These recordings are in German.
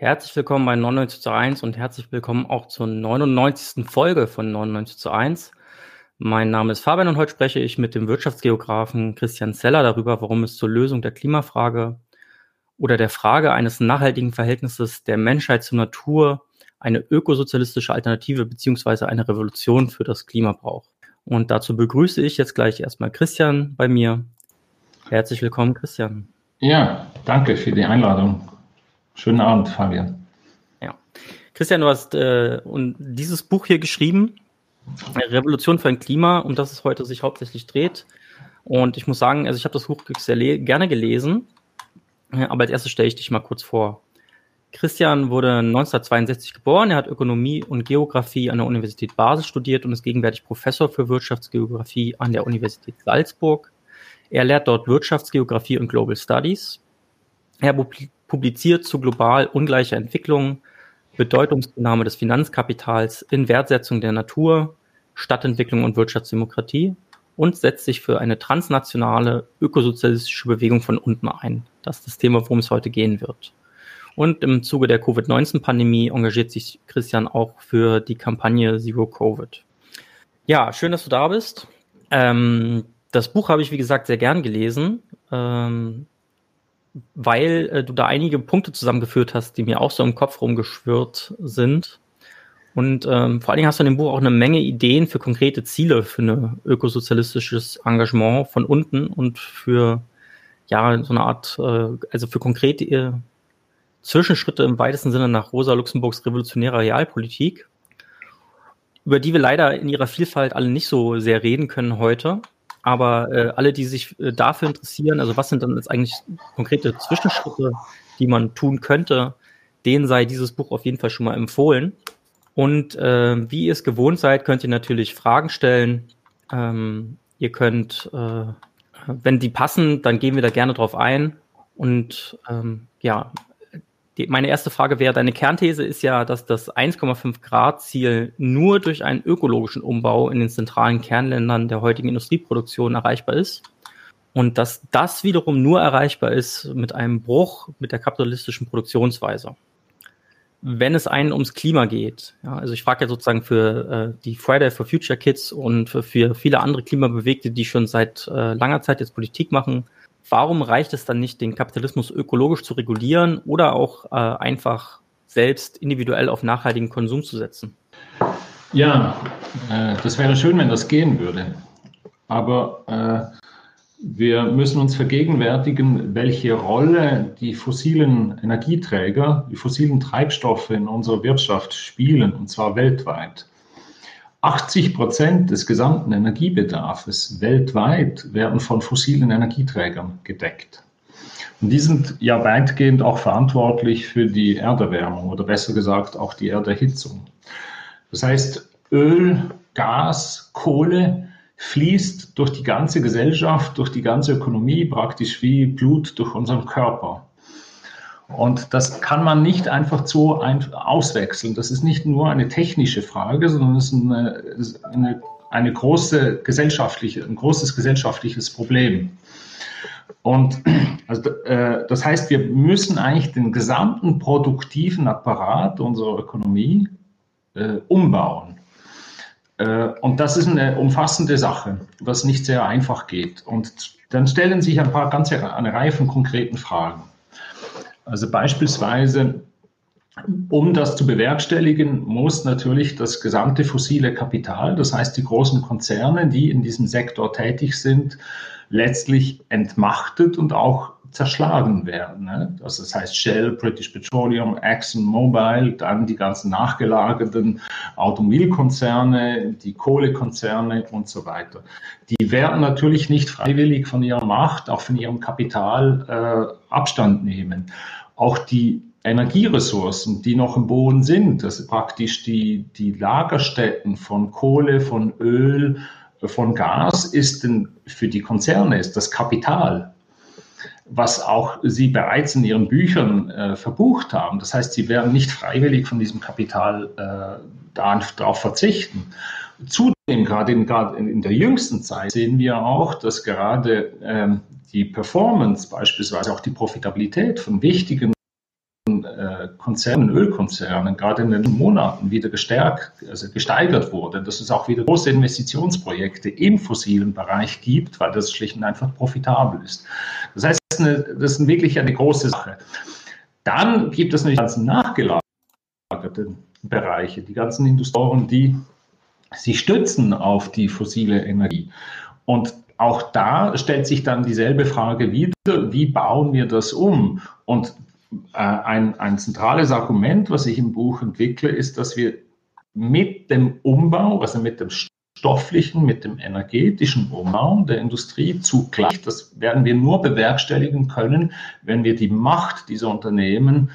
Herzlich willkommen bei 99:1 und herzlich willkommen auch zur 99. Folge von 99:1. Mein Name ist Fabian und heute spreche ich mit dem Wirtschaftsgeografen Christian Zeller darüber, warum es zur Lösung der Klimafrage oder der Frage eines nachhaltigen Verhältnisses der Menschheit zur Natur eine ökosozialistische Alternative bzw. eine Revolution für das Klima braucht. Und dazu begrüße ich jetzt gleich erstmal Christian bei mir. Herzlich willkommen, Christian. Ja, danke für die Einladung. Schönen Abend, Fabian. Ja, Christian, du hast dieses Buch hier geschrieben, Revolution für ein Klima, um das es heute sich hauptsächlich dreht. Und ich muss sagen, also ich habe das Buch sehr gerne gelesen, aber als erstes stelle ich dich mal kurz vor. Christian wurde 1962 geboren, er hat Ökonomie und Geografie an der Universität Basel studiert und ist gegenwärtig Professor für Wirtschaftsgeografie an der Universität Salzburg. Er lehrt dort Wirtschaftsgeografie und Global Studies. Er publiziert zu global ungleicher Entwicklung, Bedeutungszunahme des Finanzkapitals, Inwertsetzung der Natur, Stadtentwicklung und Wirtschaftsdemokratie und setzt sich für eine transnationale ökosozialistische Bewegung von unten ein. Das ist das Thema, worum es heute gehen wird. Und im Zuge der Covid-19-Pandemie engagiert sich Christian auch für die Kampagne Zero Covid. Ja, schön, dass du da bist. Das Buch habe ich, wie gesagt, sehr gern gelesen, weil du da einige Punkte zusammengeführt hast, die mir auch so im Kopf rumgeschwirrt sind. Und vor allen Dingen hast du in dem Buch auch eine Menge Ideen für konkrete Ziele für ein ökosozialistisches Engagement von unten und für ja so eine Art, also für konkrete Zwischenschritte im weitesten Sinne nach Rosa Luxemburgs revolutionärer Realpolitik, über die wir leider in ihrer Vielfalt alle nicht so sehr reden können heute. Aber alle, die sich dafür interessieren, also was sind dann jetzt eigentlich konkrete Zwischenschritte, die man tun könnte, denen sei dieses Buch auf jeden Fall schon mal empfohlen. Und wie ihr es gewohnt seid, könnt ihr natürlich Fragen stellen. Ihr könnt, wenn die passen, dann gehen wir da gerne drauf ein. Und meine erste Frage wäre, deine Kernthese ist ja, dass das 1,5 Grad Ziel nur durch einen ökologischen Umbau in den zentralen Kernländern der heutigen Industrieproduktion erreichbar ist und dass das wiederum nur erreichbar ist mit einem Bruch mit der kapitalistischen Produktionsweise. Wenn es einen ums Klima geht, ja, also ich frage ja sozusagen für die Friday for Future Kids und für viele andere Klimabewegte, die schon seit langer Zeit jetzt Politik machen, warum reicht es dann nicht, den Kapitalismus ökologisch zu regulieren oder auch einfach selbst individuell auf nachhaltigen Konsum zu setzen? Ja, das wäre schön, wenn das gehen würde. Aber wir müssen uns vergegenwärtigen, welche Rolle die fossilen Energieträger, die fossilen Treibstoffe in unserer Wirtschaft spielen, und zwar weltweit. 80% des gesamten Energiebedarfs weltweit werden von fossilen Energieträgern gedeckt. Und die sind ja weitgehend auch verantwortlich für die Erderwärmung oder besser gesagt auch die Erderhitzung. Das heißt, Öl, Gas, Kohle fließt durch die ganze Gesellschaft, durch die ganze Ökonomie praktisch wie Blut durch unseren Körper. Und das kann man nicht einfach so auswechseln. Das ist nicht nur eine technische Frage, sondern es ist ein großes gesellschaftliches Problem. Und also, das heißt, wir müssen eigentlich den gesamten produktiven Apparat unserer Ökonomie umbauen. Und das ist eine umfassende Sache, was nicht sehr einfach geht. Und dann stellen sich eine Reihe von konkreten Fragen. Also beispielsweise, um das zu bewerkstelligen, muss natürlich das gesamte fossile Kapital, das heißt die großen Konzerne, die in diesem Sektor tätig sind, letztlich entmachtet und auch zerschlagen werden. Also das heißt Shell, British Petroleum, ExxonMobil, dann die ganzen nachgelagerten Automobilkonzerne, die Kohlekonzerne und so weiter. Die werden natürlich nicht freiwillig von ihrer Macht, auch von ihrem Kapital Abstand nehmen. Auch die Energieressourcen, die noch im Boden sind, also praktisch die Lagerstätten von Kohle, von Öl, von Gas, für die Konzerne ist das Kapital, was auch sie bereits in ihren Büchern verbucht haben. Das heißt, sie werden nicht freiwillig von diesem Kapital darauf verzichten. Zudem, gerade in der jüngsten Zeit, sehen wir auch, dass gerade die Performance, beispielsweise auch die Profitabilität von wichtigen Konzernen, Ölkonzernen, gerade in den Monaten wieder gesteigert wurde, dass es auch wieder große Investitionsprojekte im fossilen Bereich gibt, weil das schlicht und einfach profitabel ist. Das heißt, das ist wirklich eine große Sache. Dann gibt es natürlich die ganzen nachgelagerten Bereiche, die ganzen Industrien, die sich stützen auf die fossile Energie. Und auch da stellt sich dann dieselbe Frage wieder, wie bauen wir das um? Und ein zentrales Argument, was ich im Buch entwickle, ist, dass wir mit dem Umbau, also mit dem stofflichen, mit dem energetischen Umbau der Industrie zugleich, das werden wir nur bewerkstelligen können, wenn wir die Macht dieser Unternehmen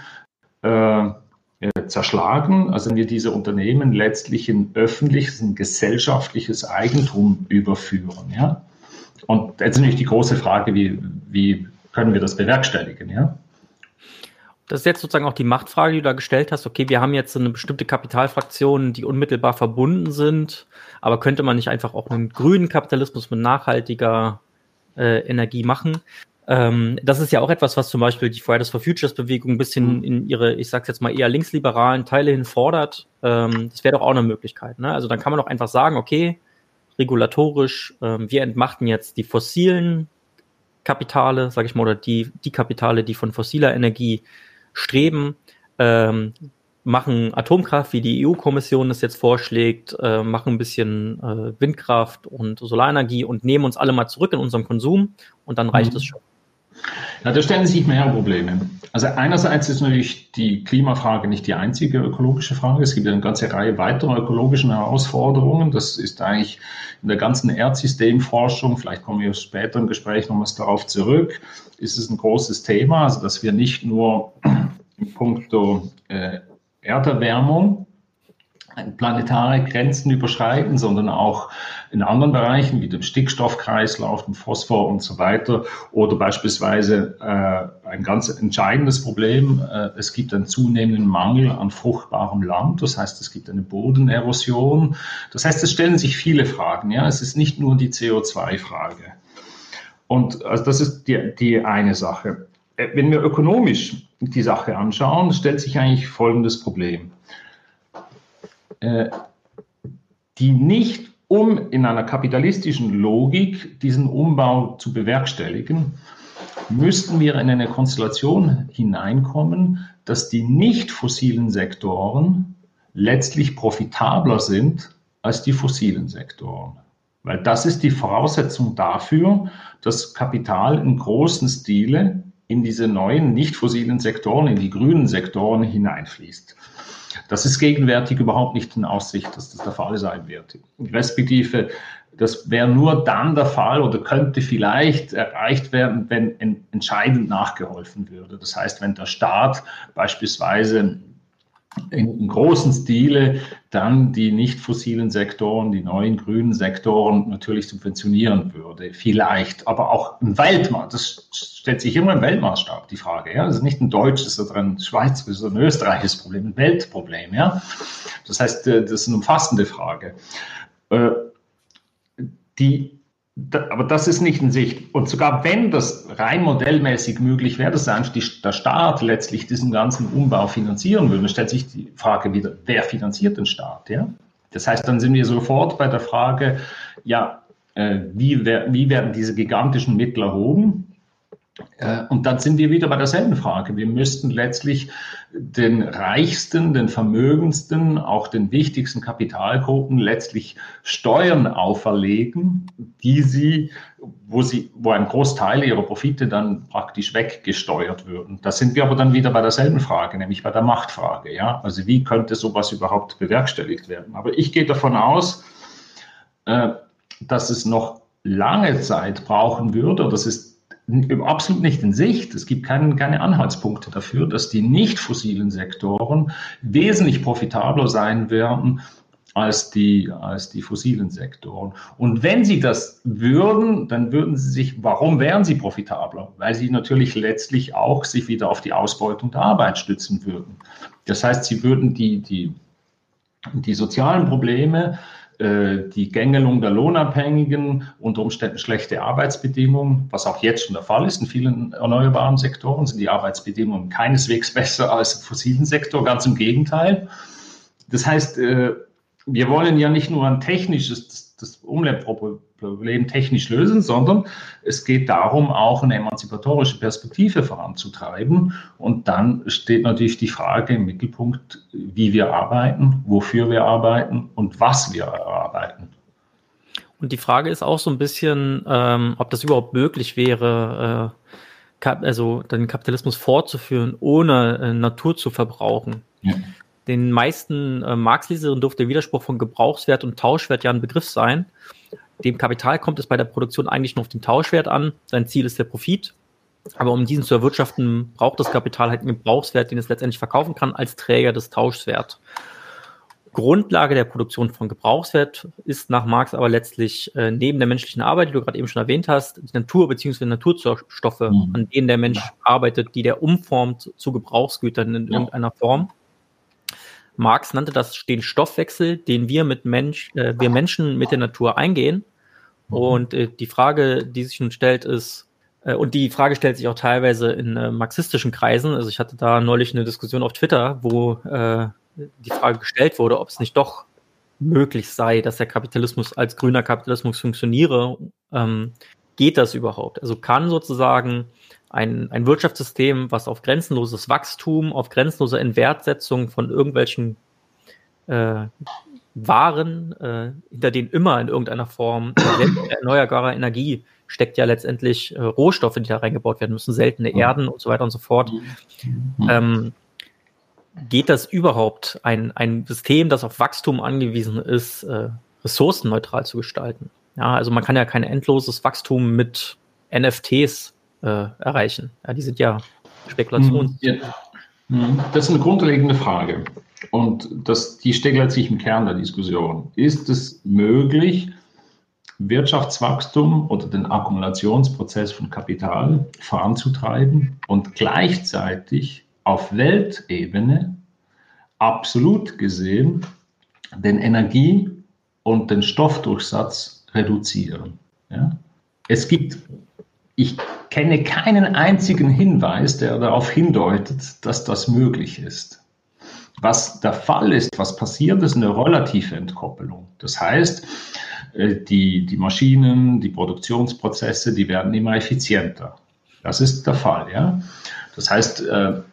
zerschlagen, also wenn wir diese Unternehmen letztlich in öffentliches, in gesellschaftliches Eigentum überführen. Ja? Und jetzt natürlich die große Frage, wie können wir das bewerkstelligen? Ja? Das ist jetzt sozusagen auch die Machtfrage, die du da gestellt hast. Okay, wir haben jetzt eine bestimmte Kapitalfraktion, die unmittelbar verbunden sind, aber könnte man nicht einfach auch einen grünen Kapitalismus mit nachhaltiger Energie machen? Das ist ja auch etwas, was zum Beispiel die Fridays for Futures Bewegung ein bisschen in ihre, ich sag's jetzt mal eher linksliberalen Teile hin fordert. Das wäre doch auch eine Möglichkeit. Ne? Also dann kann man doch einfach sagen, okay, regulatorisch, wir entmachten jetzt die fossilen Kapitale, sage ich mal, oder die Kapitale, die von fossiler Energie streben, machen Atomkraft, wie die EU-Kommission das jetzt vorschlägt, machen ein bisschen Windkraft und Solarenergie und nehmen uns alle mal zurück in unseren Konsum und dann reicht es schon. Ja, da stellen sich mehrere Probleme. Also einerseits ist natürlich die Klimafrage nicht die einzige ökologische Frage. Es gibt eine ganze Reihe weiterer ökologischen Herausforderungen. Das ist eigentlich in der ganzen Erdsystemforschung, vielleicht kommen wir später im Gespräch nochmals darauf zurück, ist es ein großes Thema, also dass wir nicht nur in puncto Erderwärmung planetare Grenzen überschreiten, sondern auch in anderen Bereichen wie dem Stickstoffkreislauf, dem Phosphor und so weiter. Oder beispielsweise ein ganz entscheidendes Problem, es gibt einen zunehmenden Mangel an fruchtbarem Land, das heißt, es gibt eine Bodenerosion. Das heißt, es stellen sich viele Fragen. Ja? Es ist nicht nur die CO2-Frage. Und also das ist die eine Sache. Wenn wir ökonomisch die Sache anschauen, stellt sich eigentlich folgendes Problem. Die nicht, um in einer kapitalistischen Logik diesen Umbau zu bewerkstelligen, müssten wir in eine Konstellation hineinkommen, dass die nicht fossilen Sektoren letztlich profitabler sind als die fossilen Sektoren. Weil das ist die Voraussetzung dafür, dass Kapital in großen Stile in diese neuen nicht fossilen Sektoren, in die grünen Sektoren hineinfließt. Das ist gegenwärtig überhaupt nicht in Aussicht, dass das der Fall sein wird. Respektive, das wäre nur dann der Fall oder könnte vielleicht erreicht werden, wenn entscheidend nachgeholfen würde. Das heißt, wenn der Staat beispielsweise in großen Stile dann die nicht fossilen Sektoren, die neuen grünen Sektoren natürlich subventionieren würde. Vielleicht, aber auch im Weltmaß. Das stellt sich immer im Weltmaßstab, die Frage. Ja? Das ist nicht ein deutsches oder ein schweizerisches oder ein österreichisches Problem, ein Weltproblem. Ja? Das heißt, das ist eine umfassende Frage. Aber das ist nicht in Sicht. Und sogar wenn das rein modellmäßig möglich wäre, dass eigentlich der Staat letztlich diesen ganzen Umbau finanzieren würde, stellt sich die Frage wieder, wer finanziert den Staat? Ja? Das heißt, dann sind wir sofort bei der Frage, ja, wie werden diese gigantischen Mittel erhoben? Und dann sind wir wieder bei derselben Frage. Wir müssten letztlich den Reichsten, den Vermögendsten, auch den wichtigsten Kapitalgruppen letztlich Steuern auferlegen, wo ein Großteil ihrer Profite dann praktisch weggesteuert würden. Da sind wir aber dann wieder bei derselben Frage, nämlich bei der Machtfrage. Ja? Also wie könnte sowas überhaupt bewerkstelligt werden? Aber ich gehe davon aus, dass es noch lange Zeit brauchen würde, das ist absolut nicht in Sicht. Es gibt keine Anhaltspunkte dafür, dass die nicht fossilen Sektoren wesentlich profitabler sein werden als die fossilen Sektoren. Und wenn sie das würden, dann warum wären sie profitabler? Weil sie natürlich letztlich auch sich wieder auf die Ausbeutung der Arbeit stützen würden. Das heißt, sie würden die sozialen Probleme die Gängelung der Lohnabhängigen, unter Umständen schlechte Arbeitsbedingungen, was auch jetzt schon der Fall ist. In vielen erneuerbaren Sektoren sind die Arbeitsbedingungen keineswegs besser als im fossilen Sektor, ganz im Gegenteil. Das heißt, wir wollen ja nicht nur ein technisches, das Umweltproblem technisch lösen, sondern es geht darum, auch eine emanzipatorische Perspektive voranzutreiben. Und dann steht natürlich die Frage im Mittelpunkt, wie wir arbeiten, wofür wir arbeiten und was wir arbeiten. Und die Frage ist auch so ein bisschen, ob das überhaupt möglich wäre, also den Kapitalismus fortzuführen, ohne Natur zu verbrauchen. Ja. Den meisten Marx-Leserinnen dürfte der Widerspruch von Gebrauchswert und Tauschwert ja ein Begriff sein. Dem Kapital kommt es bei der Produktion eigentlich nur auf den Tauschwert an. Sein Ziel ist der Profit. Aber um diesen zu erwirtschaften, braucht das Kapital halt einen Gebrauchswert, den es letztendlich verkaufen kann, als Träger des Tauschwerts. Grundlage der Produktion von Gebrauchswert ist nach Marx aber letztlich neben der menschlichen Arbeit, die du gerade eben schon erwähnt hast, die Natur bzw. Naturstoffe, an denen der Mensch arbeitet, die der umformt zu Gebrauchsgütern in irgendeiner Form. Marx nannte das den Stoffwechsel, den wir Menschen mit der Natur eingehen. Und die Frage, die sich nun stellt, ist, und die Frage stellt sich auch teilweise in marxistischen Kreisen. Also ich hatte da neulich eine Diskussion auf Twitter, wo die Frage gestellt wurde, ob es nicht doch möglich sei, dass der Kapitalismus als grüner Kapitalismus funktioniere. Geht das überhaupt? Also kann sozusagen ein Wirtschaftssystem, was auf grenzenloses Wachstum, auf grenzenlose Inwertsetzung von irgendwelchen Waren, hinter denen immer in irgendeiner Form erneuerbare Energie steckt ja letztendlich Rohstoffe, die da reingebaut werden müssen, seltene Erden und so weiter und so fort. Geht das überhaupt, ein System, das auf Wachstum angewiesen ist, ressourcenneutral zu gestalten? Ja, also man kann ja kein endloses Wachstum mit NFTs erreichen. Ja, die sind ja Spekulationen. Ja. Das ist eine grundlegende Frage. Und die steckt letztlich im Kern der Diskussion. Ist es möglich, Wirtschaftswachstum oder den Akkumulationsprozess von Kapital voranzutreiben und gleichzeitig auf Weltebene absolut gesehen den Energie- und den Stoffdurchsatz reduzieren? Ja? Ich kenne keinen einzigen Hinweis, der darauf hindeutet, dass das möglich ist. Was der Fall ist, was passiert, ist eine relative Entkoppelung. Das heißt, die Maschinen, die Produktionsprozesse, die werden immer effizienter. Das ist der Fall, ja. Das heißt,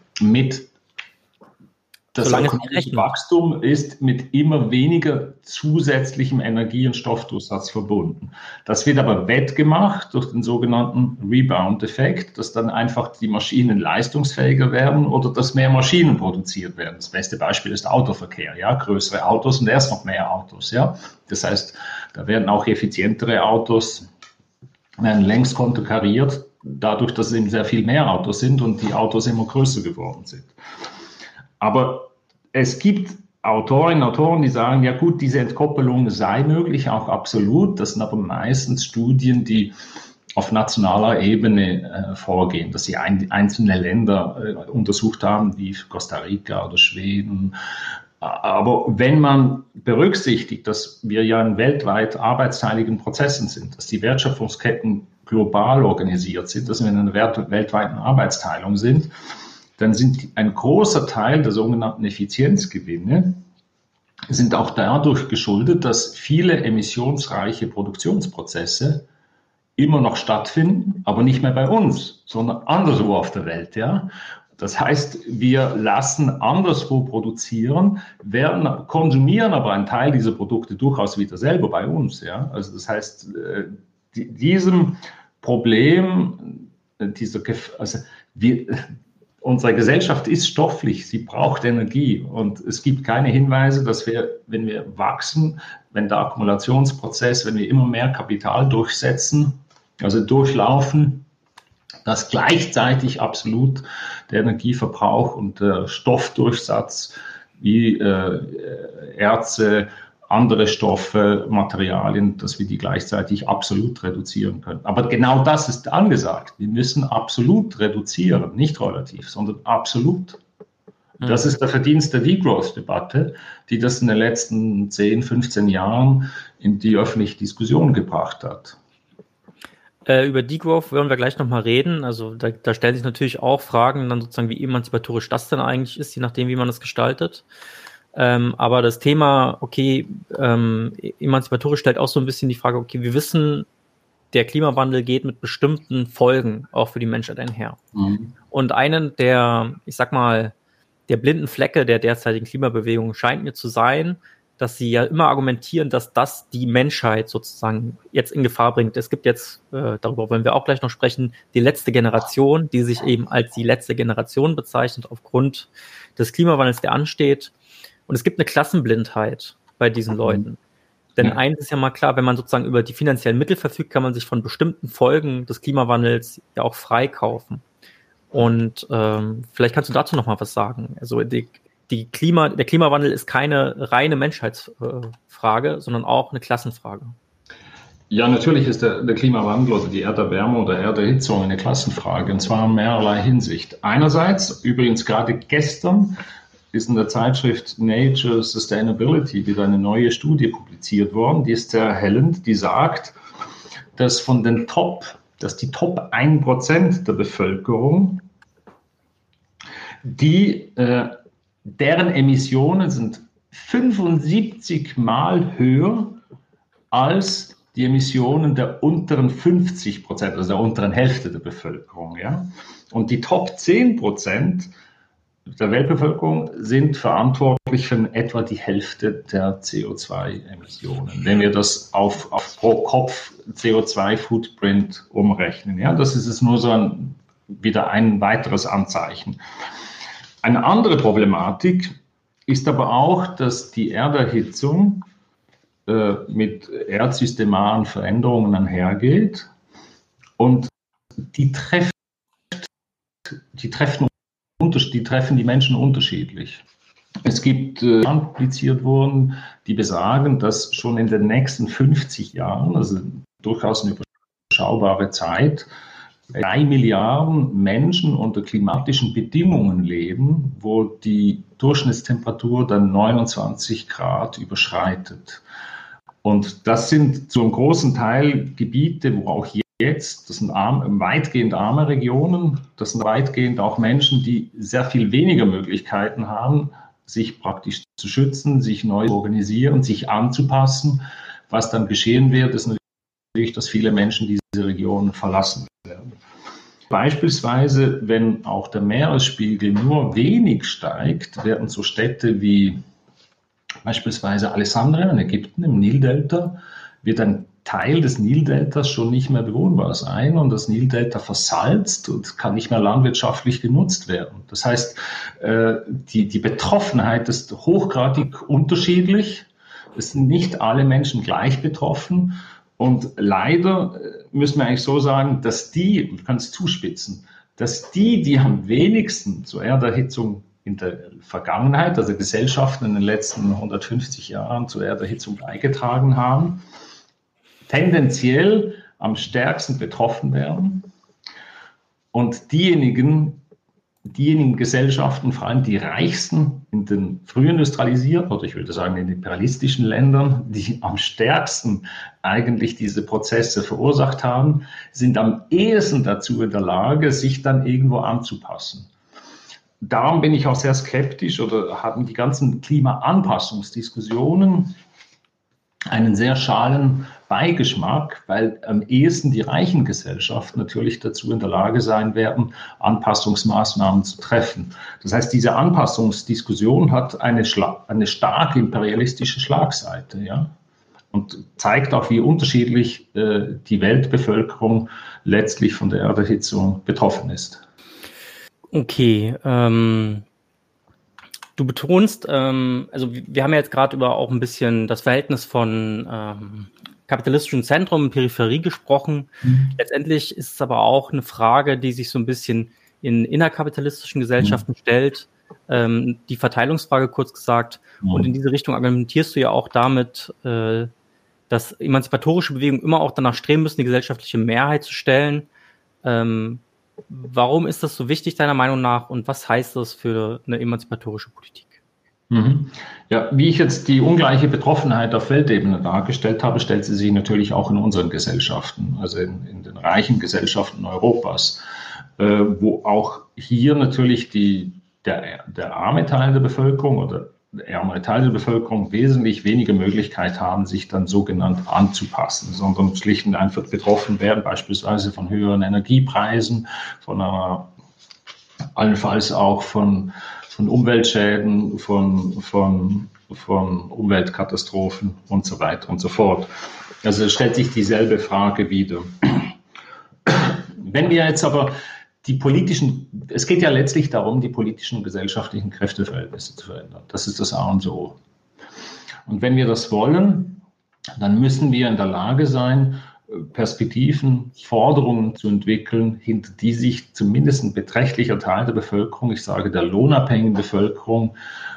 das ökonomische Wachstum ist mit immer weniger zusätzlichem Energie- und Stoffdurchsatz verbunden. Das wird aber wettgemacht durch den sogenannten Rebound-Effekt, dass dann einfach die Maschinen leistungsfähiger werden oder dass mehr Maschinen produziert werden. Das beste Beispiel ist Autoverkehr, ja, größere Autos und erst noch mehr Autos, ja. Das heißt, da werden auch effizientere Autos werden längst konterkariert, dadurch, dass es eben sehr viel mehr Autos sind und die Autos immer größer geworden sind. Aber es gibt Autorinnen und Autoren, die sagen, ja gut, diese Entkoppelung sei möglich, auch absolut. Das sind aber meistens Studien, die auf nationaler Ebene vorgehen, dass sie einzelne Länder untersucht haben, wie Costa Rica oder Schweden. Aber wenn man berücksichtigt, dass wir ja in weltweit arbeitsteiligen Prozessen sind, dass die Wertschöpfungsketten global organisiert sind, dass wir in einer weltweiten Arbeitsteilung sind, dann sind ein großer Teil der sogenannten Effizienzgewinne sind auch dadurch geschuldet, dass viele emissionsreiche Produktionsprozesse immer noch stattfinden, aber nicht mehr bei uns, sondern anderswo auf der Welt, ja. Das heißt, wir lassen anderswo produzieren, konsumieren aber einen Teil dieser Produkte durchaus wieder selber bei uns, ja. Also das heißt, diesem Problem, unsere Gesellschaft ist stofflich, sie braucht Energie und es gibt keine Hinweise, dass wir, wenn wir wachsen, wenn der Akkumulationsprozess, wenn wir immer mehr Kapital durchsetzen, also durchlaufen, dass gleichzeitig absolut der Energieverbrauch und der Stoffdurchsatz wie Erze, andere Stoffe, Materialien, dass wir die gleichzeitig absolut reduzieren können. Aber genau das ist angesagt. Wir müssen absolut reduzieren, nicht relativ, sondern absolut. Das ist der Verdienst der Degrowth-Debatte, die das in den letzten 10, 15 Jahren in die öffentliche Diskussion gebracht hat. Über Degrowth werden wir gleich nochmal reden. Also da stellen sich natürlich auch Fragen, dann sozusagen, wie emanzipatorisch das denn eigentlich ist, je nachdem, wie man es gestaltet. Aber das Thema, emanzipatorisch stellt auch so ein bisschen die Frage, okay, wir wissen, der Klimawandel geht mit bestimmten Folgen auch für die Menschheit einher. Mhm. Und einen der, ich sag mal, der blinden Flecke der derzeitigen Klimabewegung scheint mir zu sein, dass sie ja immer argumentieren, dass das die Menschheit sozusagen jetzt in Gefahr bringt. Es gibt jetzt, darüber wollen wir auch gleich noch sprechen, die letzte Generation, die sich eben als die letzte Generation bezeichnet aufgrund des Klimawandels, der ansteht. Und es gibt eine Klassenblindheit bei diesen Leuten. Denn eins ist ja mal klar, wenn man sozusagen über die finanziellen Mittel verfügt, kann man sich von bestimmten Folgen des Klimawandels ja auch freikaufen. Und vielleicht kannst du dazu noch mal was sagen. Also der Klimawandel ist keine reine Menschheitsfrage, sondern auch eine Klassenfrage. Ja, natürlich ist der Klimawandel oder die Erderwärmung oder Erderhitzung eine Klassenfrage, und zwar in mehrerlei Hinsicht. Einerseits, übrigens gerade gestern, ist in der Zeitschrift Nature Sustainability wieder eine neue Studie publiziert worden, die ist sehr erhellend, die sagt, dass die Top 1% der Bevölkerung, deren Emissionen sind 75 Mal höher als die Emissionen der unteren 50%, also der unteren Hälfte der Bevölkerung. Ja? Und die Top 10% der Weltbevölkerung sind verantwortlich für etwa die Hälfte der CO2-Emissionen, wenn wir das auf pro Kopf CO2-Footprint umrechnen. Ja, das ist es nur so wieder ein weiteres Anzeichen. Eine andere Problematik ist aber auch, dass die Erderhitzung mit erdsystemaren Veränderungen einhergeht und die treffen die Menschen unterschiedlich. Es gibt publiziert wurden, die besagen, dass schon in den nächsten 50 Jahren, also durchaus eine überschaubare Zeit, 3 Milliarden Menschen unter klimatischen Bedingungen leben, wo die Durchschnittstemperatur dann 29 Grad überschreitet. Und das sind zu einem großen Teil Gebiete, wo auch jetzt, das sind weitgehend arme Regionen, das sind weitgehend auch Menschen, die sehr viel weniger Möglichkeiten haben, sich praktisch zu schützen, sich neu zu organisieren, sich anzupassen. Was dann geschehen wird, ist natürlich, dass viele Menschen diese Regionen verlassen werden. Beispielsweise, wenn auch der Meeresspiegel nur wenig steigt, werden so Städte wie beispielsweise Alexandria in Ägypten im Nildelta, wird ein Teil des Nildeltas schon nicht mehr bewohnbar sein und das Nildelta versalzt und kann nicht mehr landwirtschaftlich genutzt werden. Das heißt, die Betroffenheit ist hochgradig unterschiedlich. Es sind nicht alle Menschen gleich betroffen und leider müssen wir eigentlich so sagen, dass wir können es zuspitzen, dass die am wenigsten zur Erderhitzung in der Vergangenheit, also Gesellschaften in den letzten 150 Jahren zur Erderhitzung beigetragen haben, tendenziell am stärksten betroffen werden und diejenigen Gesellschaften, vor allem die reichsten in den frühindustrialisierten oder ich würde sagen in den imperialistischen Ländern, die am stärksten eigentlich diese Prozesse verursacht haben, sind am ehesten dazu in der Lage, sich dann irgendwo anzupassen. Darum bin ich auch sehr skeptisch oder haben die ganzen Klimaanpassungsdiskussionen einen sehr schalen Beigeschmack, weil am ehesten die reichen Gesellschaften natürlich dazu in der Lage sein werden, Anpassungsmaßnahmen zu treffen. Das heißt, diese Anpassungsdiskussion hat eine starke imperialistische Schlagseite, ja, und zeigt auch, wie unterschiedlich die Weltbevölkerung letztlich von der Erderhitzung betroffen ist. Okay, du betonst, also wir haben ja jetzt gerade über auch ein bisschen das Verhältnis von kapitalistischem Zentrum und Peripherie gesprochen. Letztendlich ist es aber auch eine Frage, die sich so ein bisschen in innerkapitalistischen Gesellschaften stellt, die Verteilungsfrage kurz gesagt. Und in diese Richtung argumentierst du ja auch damit, dass emanzipatorische Bewegungen immer auch danach streben müssen, die gesellschaftliche Mehrheit zu stellen. Warum ist das so wichtig, deiner Meinung nach, und was heißt das für eine emanzipatorische Politik? Ja, wie ich jetzt die ungleiche Betroffenheit auf Weltebene dargestellt habe, stellt sie sich natürlich auch in unseren Gesellschaften, also in den reichen Gesellschaften Europas, wo auch hier natürlich der arme Teil der Bevölkerung oder der ärmere Teil der Bevölkerung wesentlich weniger Möglichkeit haben, sich dann sogenannt anzupassen, sondern schlicht und einfach betroffen werden, beispielsweise von höheren Energiepreisen, allenfalls auch von Umweltschäden, von Umweltkatastrophen und so weiter und so fort. Also es stellt sich dieselbe Frage wieder. Wenn wir jetzt aber es geht ja letztlich darum, die politischen und gesellschaftlichen Kräfteverhältnisse zu verändern. Das ist das A und O. Und wenn wir das wollen, dann müssen wir in der Lage sein, Perspektiven, Forderungen zu entwickeln, hinter die sich zumindest ein beträchtlicher Teil der Bevölkerung, ich sage der lohnabhängigen Bevölkerung,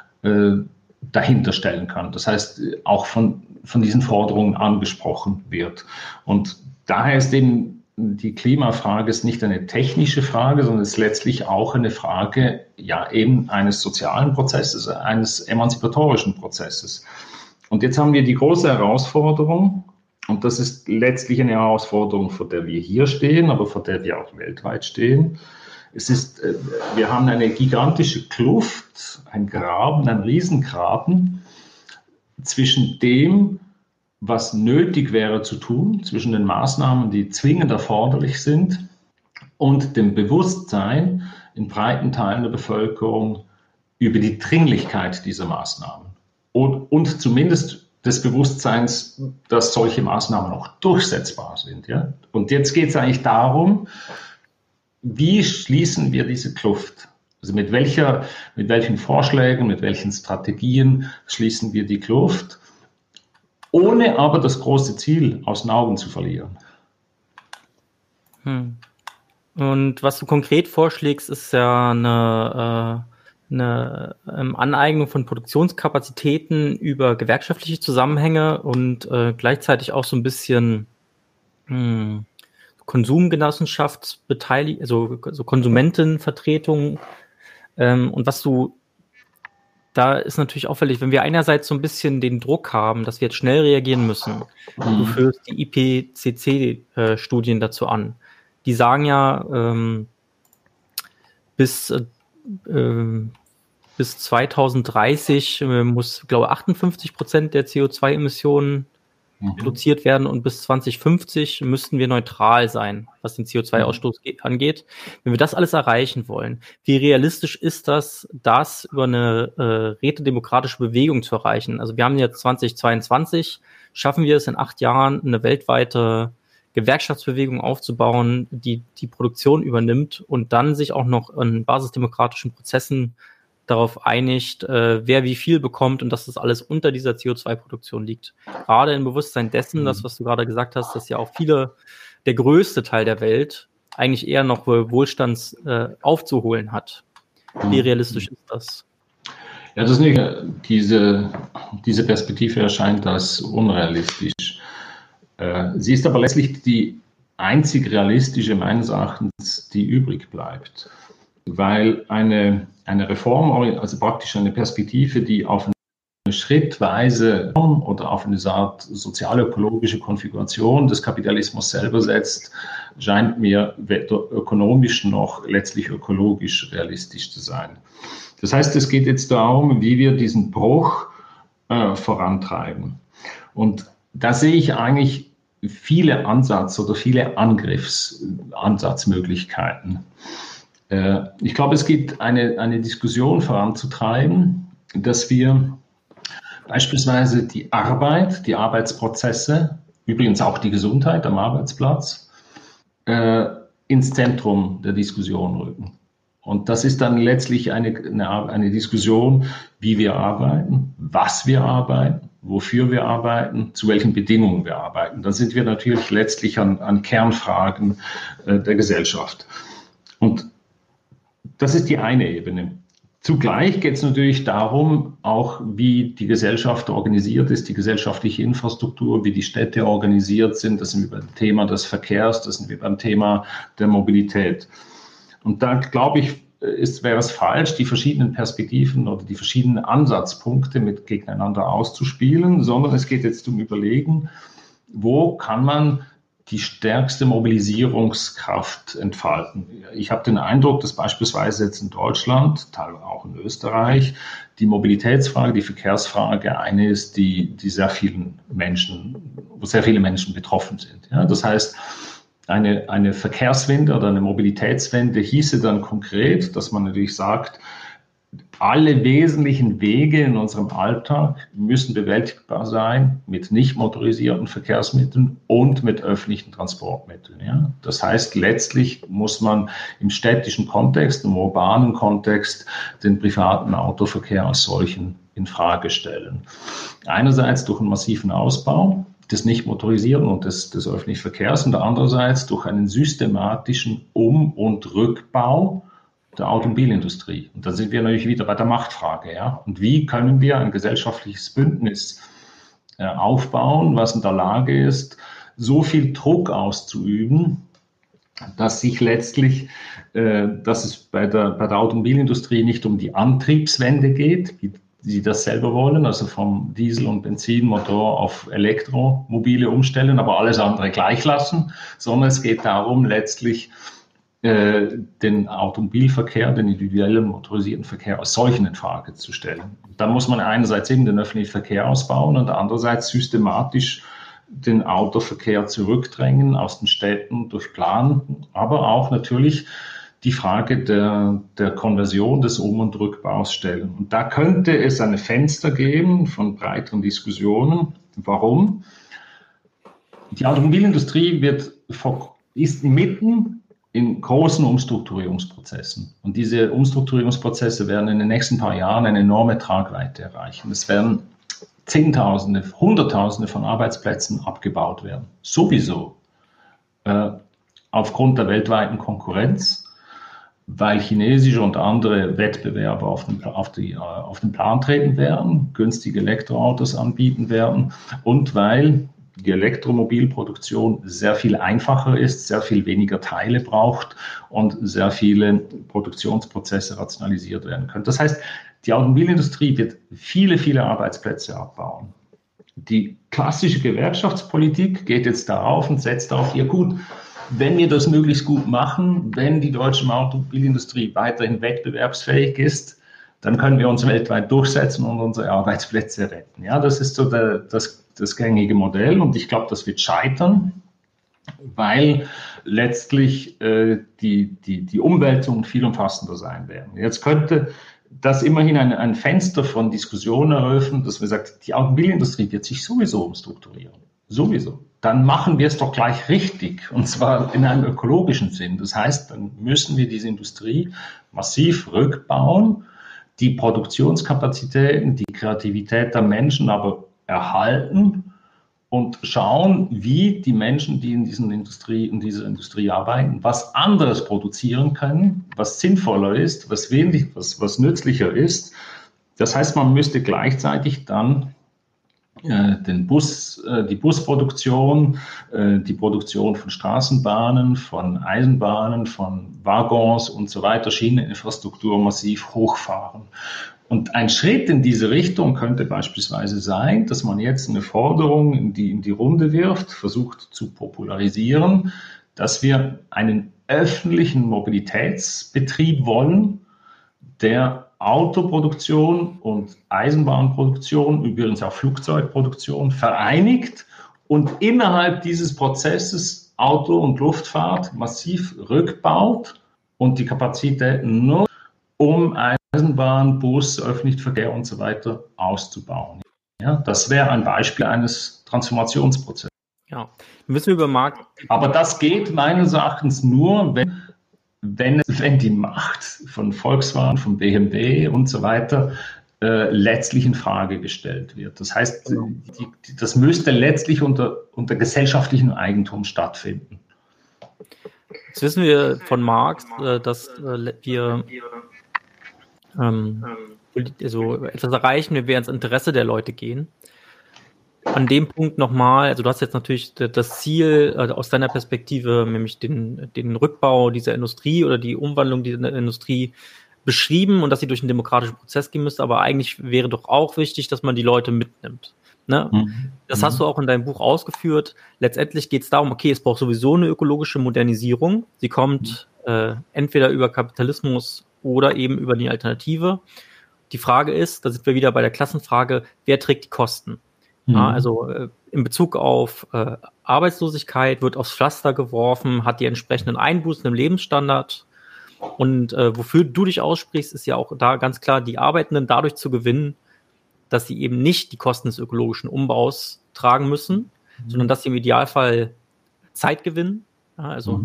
dahinter stellen kann. Das heißt, auch von diesen Forderungen angesprochen wird. Und daher ist eben die Klimafrage ist nicht eine technische Frage, sondern ist letztlich auch eine Frage, ja, eben eines sozialen Prozesses, eines emanzipatorischen Prozesses. Und jetzt haben wir die große Herausforderung, und das ist letztlich eine Herausforderung, vor der wir hier stehen, aber vor der wir auch weltweit stehen. Wir haben eine gigantische Kluft, ein Graben, ein Riesengraben zwischen dem, was nötig wäre zu tun, zwischen den Maßnahmen, die zwingend erforderlich sind, und dem Bewusstsein in breiten Teilen der Bevölkerung über die Dringlichkeit dieser Maßnahmen und zumindest des Bewusstseins, dass solche Maßnahmen auch durchsetzbar sind. Ja? Und jetzt geht es eigentlich darum, wie schließen wir diese Kluft? Also mit welchen Vorschlägen, mit welchen Strategien schließen wir die Kluft, ohne aber das große Ziel aus den Augen zu verlieren. Und was du konkret vorschlägst, ist ja eine Aneignung von Produktionskapazitäten über gewerkschaftliche Zusammenhänge und gleichzeitig auch so ein bisschen Konsumgenossenschaftsbeteiligung, also so Konsumentenvertretung. Und da ist natürlich auffällig, wenn wir einerseits so ein bisschen den Druck haben, dass wir jetzt schnell reagieren müssen. Du führst die IPCC-Studien dazu an. Die sagen ja, bis 2030 muss, glaube ich, 58% der CO2-Emissionen reduziert werden und bis 2050 müssten wir neutral sein, was den CO2-Ausstoß angeht. Wenn wir das alles erreichen wollen, wie realistisch ist das über eine rätedemokratische Bewegung zu erreichen? Also wir haben jetzt 2022, schaffen wir es in 8 Jahren, eine weltweite Gewerkschaftsbewegung aufzubauen, die die Produktion übernimmt und dann sich auch noch in basisdemokratischen Prozessen darauf einigt, wer wie viel bekommt und dass das alles unter dieser CO2-Produktion liegt. Gerade im Bewusstsein dessen, das, was du gerade gesagt hast, dass ja auch der größte Teil der Welt eigentlich eher noch Wohlstands aufzuholen hat. Wie realistisch ist das? Ja, das ist nicht, diese Perspektive erscheint als unrealistisch. Sie ist aber letztlich die einzig realistische, meines Erachtens, die übrig bleibt. Weil eine Reform, also praktisch eine Perspektive, die auf eine schrittweise oder auf eine Art sozial-ökologische Konfiguration des Kapitalismus selber setzt, scheint mir weder ökonomisch noch letztlich ökologisch realistisch zu sein. Das heißt, es geht jetzt darum, wie wir diesen Bruch vorantreiben. Und da sehe ich eigentlich viele Ansatzmöglichkeiten. Ich glaube, es gibt eine Diskussion voranzutreiben, dass wir beispielsweise die Arbeit, die Arbeitsprozesse, übrigens auch die Gesundheit am Arbeitsplatz, ins Zentrum der Diskussion rücken. Und das ist dann letztlich eine Diskussion, wie wir arbeiten, was wir arbeiten, wofür wir arbeiten, zu welchen Bedingungen wir arbeiten. Da sind wir natürlich letztlich an Kernfragen der Gesellschaft. Und das ist die eine Ebene. Zugleich geht es natürlich darum, auch wie die Gesellschaft organisiert ist, die gesellschaftliche Infrastruktur, wie die Städte organisiert sind. Das sind wir beim Thema des Verkehrs, das sind wir beim Thema der Mobilität. Und da glaube ich, wäre es falsch, die verschiedenen Perspektiven oder die verschiedenen Ansatzpunkte gegeneinander auszuspielen, sondern es geht jetzt um Überlegen, wo kann man die stärkste Mobilisierungskraft entfalten. Ich habe den Eindruck, dass beispielsweise jetzt in Deutschland, teilweise auch in Österreich, die Mobilitätsfrage, die Verkehrsfrage eine ist, wo sehr viele Menschen betroffen sind. Ja, das heißt, eine Verkehrswende oder eine Mobilitätswende hieße dann konkret, dass man natürlich sagt, alle wesentlichen Wege in unserem Alltag müssen bewältigbar sein mit nicht motorisierten Verkehrsmitteln und mit öffentlichen Transportmitteln. Ja? Das heißt, letztlich muss man im städtischen Kontext, im urbanen Kontext den privaten Autoverkehr als solchen in Frage stellen. Einerseits durch einen massiven Ausbau des nicht motorisierten und des öffentlichen Verkehrs und andererseits durch einen systematischen Um- und Rückbau der Automobilindustrie. Und da sind wir natürlich wieder bei der Machtfrage. Ja? Und wie können wir ein gesellschaftliches Bündnis aufbauen, was in der Lage ist, so viel Druck auszuüben, dass sich letztlich, dass es bei der Automobilindustrie nicht um die Antriebswende geht, wie sie das selber wollen, also vom Diesel- und Benzinmotor auf Elektromobile umstellen, aber alles andere gleich lassen, sondern es geht darum, letztlich den Automobilverkehr, den individuellen motorisierten Verkehr als solchen in Frage zu stellen. Da muss man einerseits eben den öffentlichen Verkehr ausbauen und andererseits systematisch den Autoverkehr zurückdrängen aus den Städten durch Plan, aber auch natürlich die Frage der Konversion des Um- und Rückbaus stellen. Und da könnte es ein Fenster geben von breiteren Diskussionen. Warum? Die Automobilindustrie ist mitten in großen Umstrukturierungsprozessen. Und diese Umstrukturierungsprozesse werden in den nächsten paar Jahren eine enorme Tragweite erreichen. Es werden Zehntausende, Hunderttausende von Arbeitsplätzen abgebaut werden. Sowieso. Aufgrund der weltweiten Konkurrenz, weil chinesische und andere Wettbewerber auf den Plan treten werden, günstige Elektroautos anbieten werden und weil die Elektromobilproduktion sehr viel einfacher ist, sehr viel weniger Teile braucht und sehr viele Produktionsprozesse rationalisiert werden können. Das heißt, die Automobilindustrie wird viele, viele Arbeitsplätze abbauen. Die klassische Gewerkschaftspolitik geht jetzt darauf und setzt auf, ja gut, wenn wir das möglichst gut machen, wenn die deutsche Automobilindustrie weiterhin wettbewerbsfähig ist, dann können wir uns weltweit durchsetzen und unsere Arbeitsplätze retten. Ja, das ist so das gängige Modell und ich glaube, das wird scheitern, weil letztlich die Umwälzungen viel umfassender sein werden. Jetzt könnte das immerhin ein Fenster von Diskussionen eröffnen, dass man sagt, die Automobilindustrie wird sich sowieso umstrukturieren. Sowieso. Dann machen wir es doch gleich richtig, und zwar in einem ökologischen Sinn. Das heißt, dann müssen wir diese Industrie massiv rückbauen, die Produktionskapazitäten, die Kreativität der Menschen aber erhalten und schauen, wie die Menschen, die in dieser Industrie arbeiten, was anderes produzieren können, was sinnvoller ist, was nützlicher ist. Das heißt, man müsste gleichzeitig dann die Busproduktion, die Produktion von Straßenbahnen, von Eisenbahnen, von Waggons und so weiter, Schieneninfrastruktur massiv hochfahren. Und ein Schritt in diese Richtung könnte beispielsweise sein, dass man jetzt eine Forderung in die Runde wirft, versucht zu popularisieren, dass wir einen öffentlichen Mobilitätsbetrieb wollen, der Autoproduktion und Eisenbahnproduktion, übrigens auch Flugzeugproduktion, vereinigt und innerhalb dieses Prozesses Auto- und Luftfahrt massiv rückbaut und die Kapazitäten nur um Eisenbahn, Bus, öffentlichen Verkehr und so weiter auszubauen. Ja, das wäre ein Beispiel eines Transformationsprozesses. Ja, müssen wir über Markt. Aber das geht meines Erachtens nur, wenn die Macht von Volkswagen, von BMW und so weiter letztlich in Frage gestellt wird. Das heißt, das müsste letztlich unter gesellschaftlichem Eigentum stattfinden. Jetzt wissen wir von Marx, dass wir also etwas erreichen, wenn wir ins Interesse der Leute gehen. an dem Punkt nochmal, also du hast jetzt natürlich das Ziel aus deiner Perspektive, nämlich den Rückbau dieser Industrie oder die Umwandlung dieser Industrie beschrieben und dass sie durch einen demokratischen Prozess gehen müsste, aber eigentlich wäre doch auch wichtig, dass man die Leute mitnimmt. Ne? Das hast du auch in deinem Buch ausgeführt. Letztendlich geht es darum, okay, es braucht sowieso eine ökologische Modernisierung. Sie kommt entweder über Kapitalismus oder eben über die Alternative. Die Frage ist, da sind wir wieder bei der Klassenfrage, wer trägt die Kosten? Ja, also in Bezug auf Arbeitslosigkeit wird aufs Pflaster geworfen, hat die entsprechenden Einbußen im Lebensstandard. Und wofür du dich aussprichst, ist ja auch da ganz klar, die Arbeitenden dadurch zu gewinnen, dass sie eben nicht die Kosten des ökologischen Umbaus tragen müssen, sondern dass sie im Idealfall Zeit gewinnen. Ja, also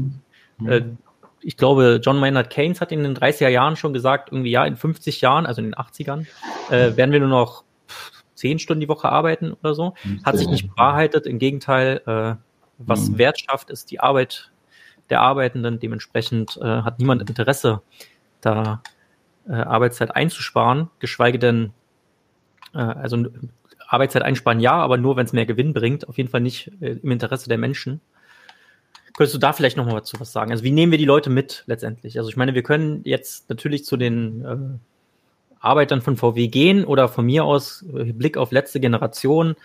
ich glaube, John Maynard Keynes hat in den 30er Jahren schon gesagt, irgendwie ja, in 50 Jahren, also in den 80ern, werden wir nur noch 10 Stunden die Woche arbeiten oder so. Hat sich nicht bewahrheitet. Im Gegenteil, was Wert schafft, ist die Arbeit der Arbeitenden. Dementsprechend hat niemand Interesse, da Arbeitszeit einzusparen, geschweige denn, also Arbeitszeit einsparen ja, aber nur, wenn es mehr Gewinn bringt, auf jeden Fall nicht im Interesse der Menschen. Könntest du da vielleicht noch mal dazu was sagen? Also wie nehmen wir die Leute mit letztendlich? Also ich meine, wir können jetzt natürlich zu den Arbeitern von VW gehen oder von mir aus Blick auf letzte Generation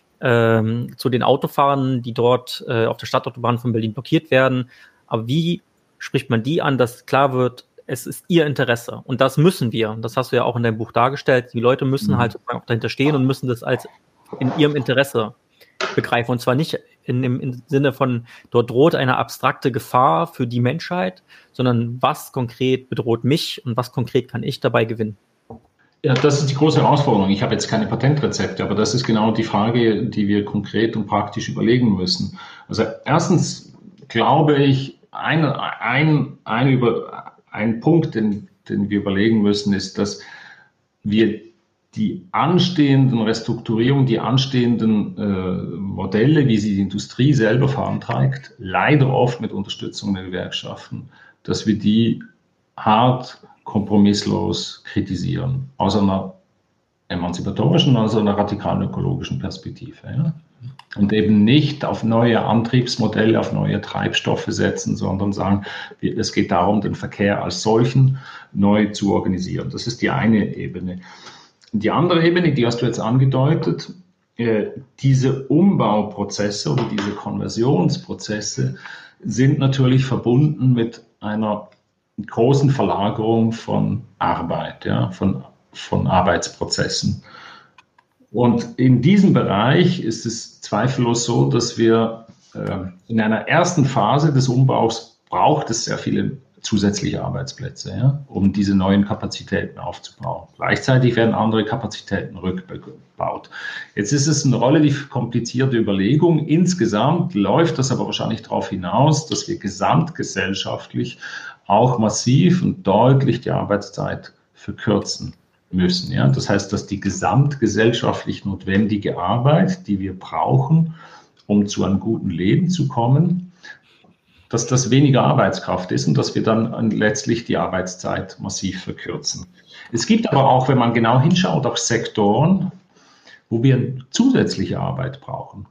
zu den Autofahrern, die dort auf der Stadtautobahn von Berlin blockiert werden. Aber wie spricht man die an, dass klar wird, es ist ihr Interesse und das müssen wir. Das hast du ja auch in deinem Buch dargestellt. Die Leute müssen halt sozusagen auch dahinter stehen und müssen das als in ihrem Interesse begreifen. Und zwar nicht im Sinne von, dort droht eine abstrakte Gefahr für die Menschheit, sondern was konkret bedroht mich und was konkret kann ich dabei gewinnen. Ja, das ist die große Herausforderung. Ich habe jetzt keine Patentrezepte, aber das ist genau die Frage, die wir konkret und praktisch überlegen müssen. Also erstens glaube ich, ein Punkt, den wir überlegen müssen, ist, dass wir die anstehenden Restrukturierungen, die anstehenden Modelle, wie sie die Industrie selber vorantreibt, leider oft mit Unterstützung der Gewerkschaften, dass wir die hart kompromisslos kritisieren, aus einer emanzipatorischen, aus einer radikalen ökologischen Perspektive. Ja? Und eben nicht auf neue Antriebsmodelle, auf neue Treibstoffe setzen, sondern sagen, es geht darum, den Verkehr als solchen neu zu organisieren. Das ist die eine Ebene. Die andere Ebene, die hast du jetzt angedeutet, diese Umbauprozesse oder diese Konversionsprozesse sind natürlich verbunden mit einer großen Verlagerung von Arbeit, ja, von Arbeitsprozessen. Und in diesem Bereich ist es zweifellos so, dass wir in einer ersten Phase des Umbaus braucht es sehr viele zusätzliche Arbeitsplätze, ja, um diese neuen Kapazitäten aufzubauen. Gleichzeitig werden andere Kapazitäten rückgebaut. Jetzt ist es eine relativ komplizierte Überlegung. Insgesamt läuft das aber wahrscheinlich darauf hinaus, dass wir gesamtgesellschaftlich auch massiv und deutlich die Arbeitszeit verkürzen müssen. Ja? Das heißt, dass die gesamtgesellschaftlich notwendige Arbeit, die wir brauchen, um zu einem guten Leben zu kommen, dass das weniger Arbeitskraft ist und dass wir dann letztlich die Arbeitszeit massiv verkürzen. Es gibt aber auch, wenn man genau hinschaut, auch Sektoren, wo wir zusätzliche Arbeit brauchen.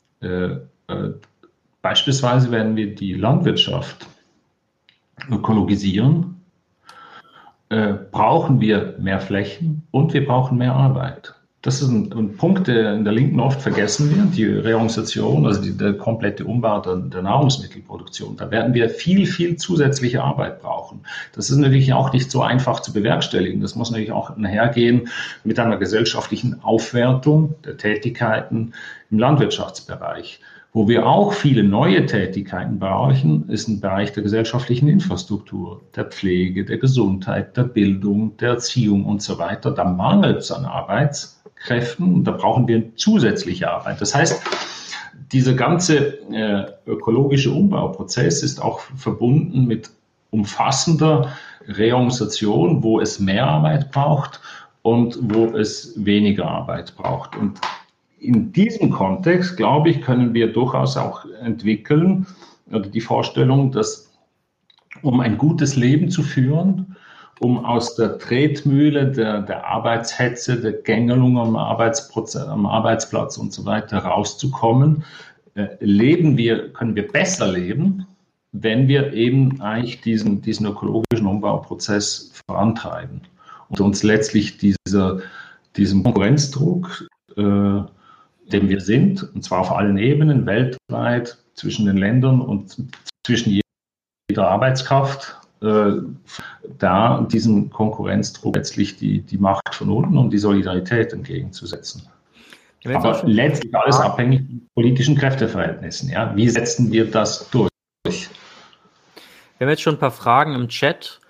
Beispielsweise, wenn wir die Landwirtschaft ökologisieren, brauchen wir mehr Flächen und wir brauchen mehr Arbeit. Das ist ein Punkt, der in der Linken oft vergessen wird, die Reorganisation, also der komplette Umbau der Nahrungsmittelproduktion. Da werden wir viel, viel zusätzliche Arbeit brauchen. Das ist natürlich auch nicht so einfach zu bewerkstelligen. Das muss natürlich auch einhergehen mit einer gesellschaftlichen Aufwertung der Tätigkeiten im Landwirtschaftsbereich. Wo wir auch viele neue Tätigkeiten brauchen, ist ein Bereich der gesellschaftlichen Infrastruktur, der Pflege, der Gesundheit, der Bildung, der Erziehung und so weiter. Da mangelt es an Arbeitskräften und da brauchen wir zusätzliche Arbeit. Das heißt, dieser ganze ökologische Umbauprozess ist auch verbunden mit umfassender Reorganisation, wo es mehr Arbeit braucht und wo es weniger Arbeit braucht. Und in diesem Kontext, glaube ich, können wir durchaus auch entwickeln, oder die Vorstellung, dass um ein gutes Leben zu führen um aus der Tretmühle der Arbeitshetze, der Gängelung am Arbeitsplatz und so weiter rauszukommen, können wir besser leben, wenn wir eben eigentlich diesen ökologischen Umbauprozess vorantreiben und uns letztlich diesem Konkurrenzdruck, dem wir sind, und zwar auf allen Ebenen, weltweit, zwischen den Ländern und zwischen jeder Arbeitskraft, da diesem Konkurrenzdruck letztlich die Macht von unten und die Solidarität entgegenzusetzen. Aber letztlich alles abhängig von politischen Kräfteverhältnissen. Ja? Wie setzen wir das durch? Wir haben jetzt schon ein paar Fragen im Chat.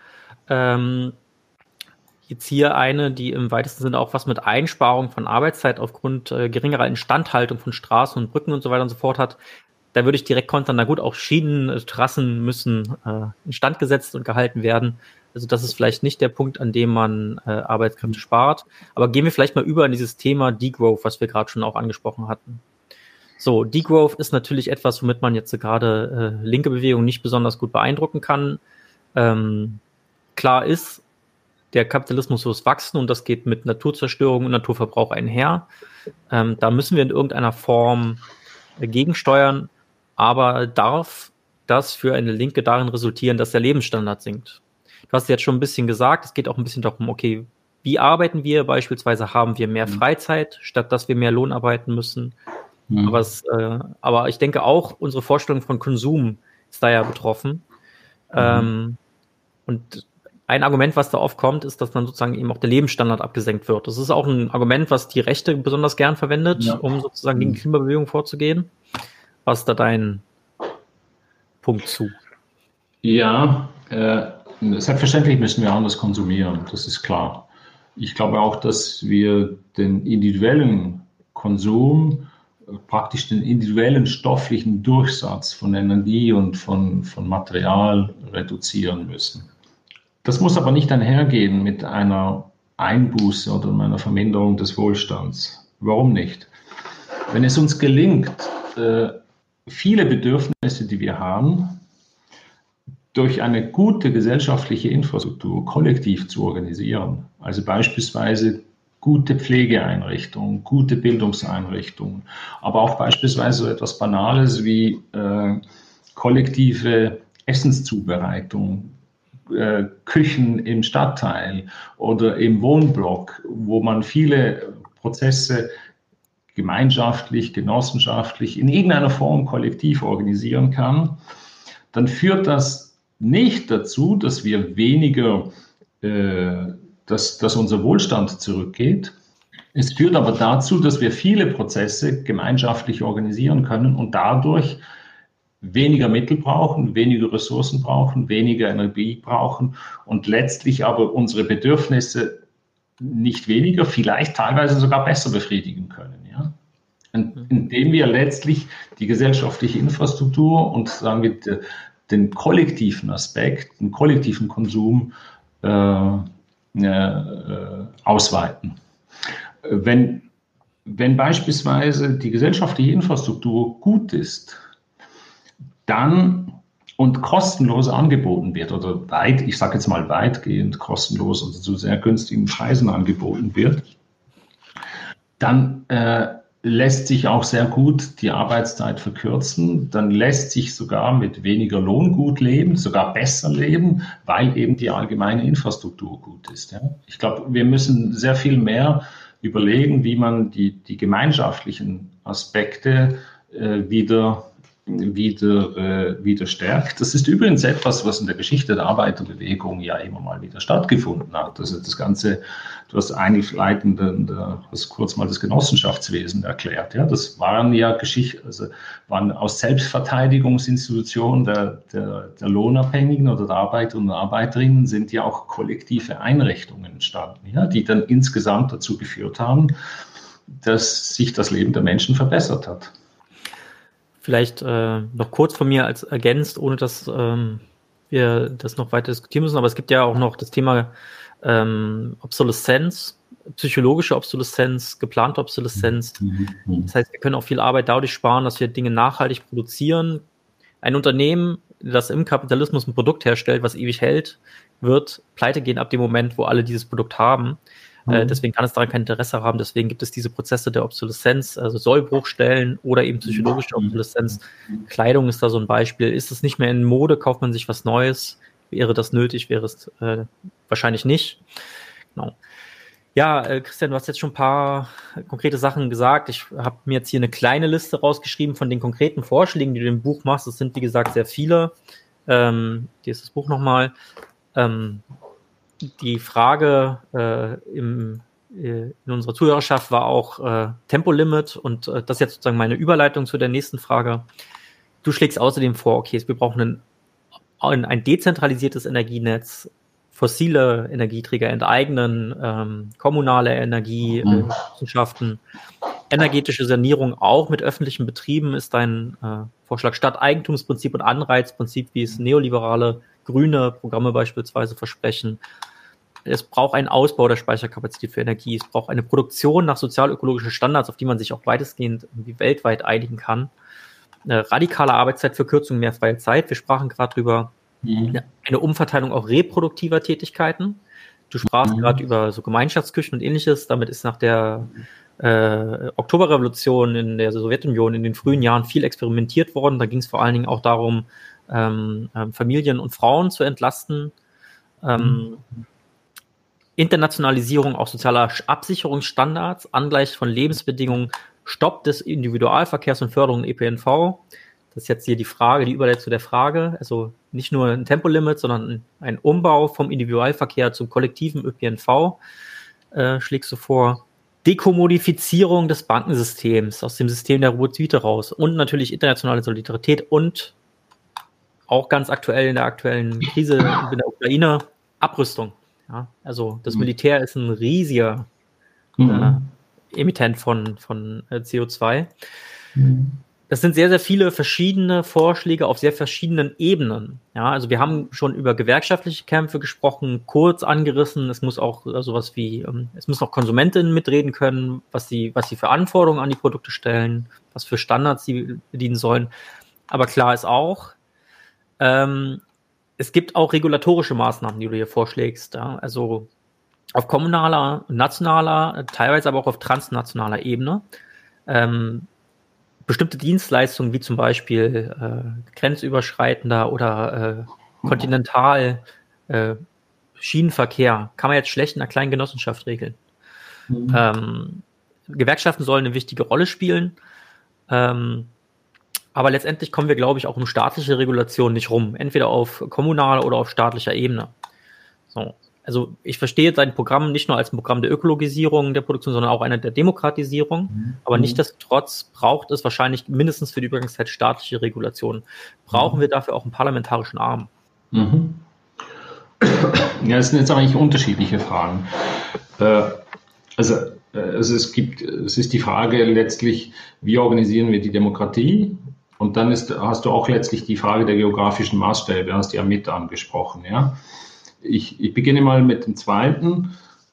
Jetzt hier eine, die im weitesten Sinne auch was mit Einsparung von Arbeitszeit aufgrund geringerer Instandhaltung von Straßen und Brücken und so weiter und so fort hat. Da würde ich direkt kontern, na gut, auch Schienen, Trassen müssen instand gesetzt und gehalten werden. Also das ist vielleicht nicht der Punkt, an dem man Arbeitskräfte spart. Aber gehen wir vielleicht mal über in dieses Thema Degrowth, was wir gerade schon auch angesprochen hatten. So, Degrowth ist natürlich etwas, womit man jetzt gerade linke Bewegungen nicht besonders gut beeindrucken kann. Klar ist, der Kapitalismus muss wachsen und das geht mit Naturzerstörung und Naturverbrauch einher. Da müssen wir in irgendeiner Form gegensteuern, aber darf das für eine Linke darin resultieren, dass der Lebensstandard sinkt? Du hast jetzt schon ein bisschen gesagt, es geht auch ein bisschen darum, okay, wie arbeiten wir? Beispielsweise haben wir mehr Freizeit, statt dass wir mehr Lohn arbeiten müssen. Aber ich denke auch, unsere Vorstellung von Konsum ist da ja betroffen. Und ein Argument, was da oft kommt, ist, dass dann sozusagen eben auch der Lebensstandard abgesenkt wird. Das ist auch ein Argument, was die Rechte besonders gern verwendet, um sozusagen gegen die Klimabewegung vorzugehen. Was ist da dein Punkt zu? Ja, selbstverständlich müssen wir anders konsumieren, das ist klar. Ich glaube auch, dass wir den individuellen Konsum, praktisch den individuellen stofflichen Durchsatz von Energie und von Material reduzieren müssen. Das muss aber nicht einhergehen mit einer Einbuße oder einer Verminderung des Wohlstands. Warum nicht? Wenn es uns gelingt, viele Bedürfnisse, die wir haben, durch eine gute gesellschaftliche Infrastruktur kollektiv zu organisieren, also beispielsweise gute Pflegeeinrichtungen, gute Bildungseinrichtungen, aber auch beispielsweise so etwas Banales wie kollektive Essenszubereitung, Küchen im Stadtteil oder im Wohnblock, wo man viele Prozesse gemeinschaftlich, genossenschaftlich, in irgendeiner Form kollektiv organisieren kann, dann führt das nicht dazu, dass wir weniger, dass unser Wohlstand zurückgeht. Es führt aber dazu, dass wir viele Prozesse gemeinschaftlich organisieren können und dadurch weniger Mittel brauchen, weniger Ressourcen brauchen, weniger Energie brauchen und letztlich aber unsere Bedürfnisse nicht weniger, vielleicht teilweise sogar besser befriedigen können. Ja? Indem wir letztlich die gesellschaftliche Infrastruktur und sagen wir den kollektiven Aspekt, den kollektiven Konsum ausweiten. Wenn beispielsweise die gesellschaftliche Infrastruktur gut ist, dann und kostenlos angeboten wird oder ich sage jetzt mal weitgehend kostenlos oder zu sehr günstigen Preisen angeboten wird, dann lässt sich auch sehr gut die Arbeitszeit verkürzen, dann lässt sich sogar mit weniger Lohn gut leben, sogar besser leben, weil eben die allgemeine Infrastruktur gut ist. Ja? Ich glaube, wir müssen sehr viel mehr überlegen, wie man die gemeinschaftlichen Aspekte wieder stärkt. Das ist übrigens etwas, was in der Geschichte der Arbeiterbewegung ja immer mal wieder stattgefunden hat. Also das Ganze, du hast einleitend, hast kurz mal das Genossenschaftswesen erklärt. Ja, das waren ja waren aus Selbstverteidigungsinstitutionen der Lohnabhängigen oder der Arbeiter und Arbeiterinnen sind ja auch kollektive Einrichtungen entstanden, ja, die dann insgesamt dazu geführt haben, dass sich das Leben der Menschen verbessert hat. Vielleicht noch kurz von mir als ergänzt, ohne dass wir das noch weiter diskutieren müssen. Aber es gibt ja auch noch das Thema Obsoleszenz, psychologische Obsoleszenz, geplante Obsoleszenz. Das heißt, wir können auch viel Arbeit dadurch sparen, dass wir Dinge nachhaltig produzieren. ein Unternehmen, das im Kapitalismus ein Produkt herstellt, was ewig hält, wird pleite gehen ab dem Moment, wo alle dieses Produkt haben. Deswegen kann es daran kein Interesse haben. Deswegen gibt es diese Prozesse der Obsoleszenz, also Sollbruchstellen oder eben psychologische Obsoleszenz. Kleidung ist da so ein Beispiel. Ist es nicht mehr in Mode, kauft man sich was Neues? Wäre das nötig? Wäre es wahrscheinlich nicht. Genau. Ja, Christian, du hast jetzt schon ein paar konkrete Sachen gesagt. Ich habe mir jetzt hier eine kleine Liste rausgeschrieben von den konkreten Vorschlägen, die du im Buch machst. Es sind, wie gesagt, sehr viele. Hier ist das Buch nochmal. Die Frage in unserer Zuhörerschaft war auch Tempolimit und das ist jetzt sozusagen meine Überleitung zu der nächsten Frage. Du schlägst außerdem vor, okay, wir brauchen ein dezentralisiertes Energienetz, fossile Energieträger enteignen, kommunale Energiewissenschaften, energetische Sanierung auch mit öffentlichen Betrieben ist dein Vorschlag, statt Eigentumsprinzip und Anreizprinzip, wie es neoliberale grüne Programme beispielsweise versprechen. Es braucht einen Ausbau der Speicherkapazität für Energie. Es braucht eine Produktion nach sozial-ökologischen Standards, auf die man sich auch weitestgehend weltweit einigen kann. Radikale Arbeitszeitverkürzung, mehr freie Zeit. Wir sprachen gerade drüber. Eine Umverteilung auch reproduktiver Tätigkeiten. Du sprachst gerade über so Gemeinschaftsküchen und ähnliches. Damit ist nach der Oktoberrevolution in der Sowjetunion in den frühen Jahren viel experimentiert worden. Da ging es vor allen Dingen auch darum, Familien und Frauen zu entlasten. Internationalisierung auch sozialer Absicherungsstandards, Angleich von Lebensbedingungen, Stopp des Individualverkehrs und Förderung ÖPNV. Das ist jetzt hier die Frage, die Überleitung zu der Frage. Also nicht nur ein Tempolimit, sondern ein Umbau vom Individualverkehr zum kollektiven ÖPNV schlägst du vor. Dekommodifizierung des Bankensystems aus dem System der Robotite raus und natürlich internationale Solidarität und auch ganz aktuell in der aktuellen Krise in der Ukraine Abrüstung. Ja, also das Militär ist ein riesiger Emittent von CO2. Das sind sehr, sehr viele verschiedene Vorschläge auf sehr verschiedenen Ebenen. Ja, also wir haben schon über gewerkschaftliche Kämpfe gesprochen, kurz angerissen. Es muss auch sowas wie, es müssen auch Konsumentinnen mitreden können, was sie für Anforderungen an die Produkte stellen, was für Standards sie bedienen sollen. Aber klar ist auch, es gibt auch regulatorische Maßnahmen, die du hier vorschlägst. Ja? Also auf kommunaler, nationaler, teilweise aber auch auf transnationaler Ebene. Bestimmte Dienstleistungen wie zum Beispiel grenzüberschreitender oder kontinental Schienenverkehr kann man jetzt schlecht in einer kleinen Genossenschaft regeln. Gewerkschaften sollen eine wichtige Rolle spielen. Aber letztendlich kommen wir, glaube ich, auch um staatliche Regulation nicht rum. Entweder auf kommunaler oder auf staatlicher Ebene. So. Also ich verstehe dein Programm nicht nur als ein Programm der Ökologisierung der Produktion, sondern auch einer der Demokratisierung. Aber nichtsdestotrotz braucht es wahrscheinlich mindestens für die Übergangszeit staatliche Regulation. Brauchen wir dafür auch einen parlamentarischen Arm? Ja, das sind jetzt eigentlich unterschiedliche Fragen. Also es ist die Frage letztlich, wie organisieren wir die Demokratie? Und dann hast du auch letztlich die Frage der geografischen Maßstäbe, hast du ja mit angesprochen, ja. Ich beginne mal mit dem zweiten.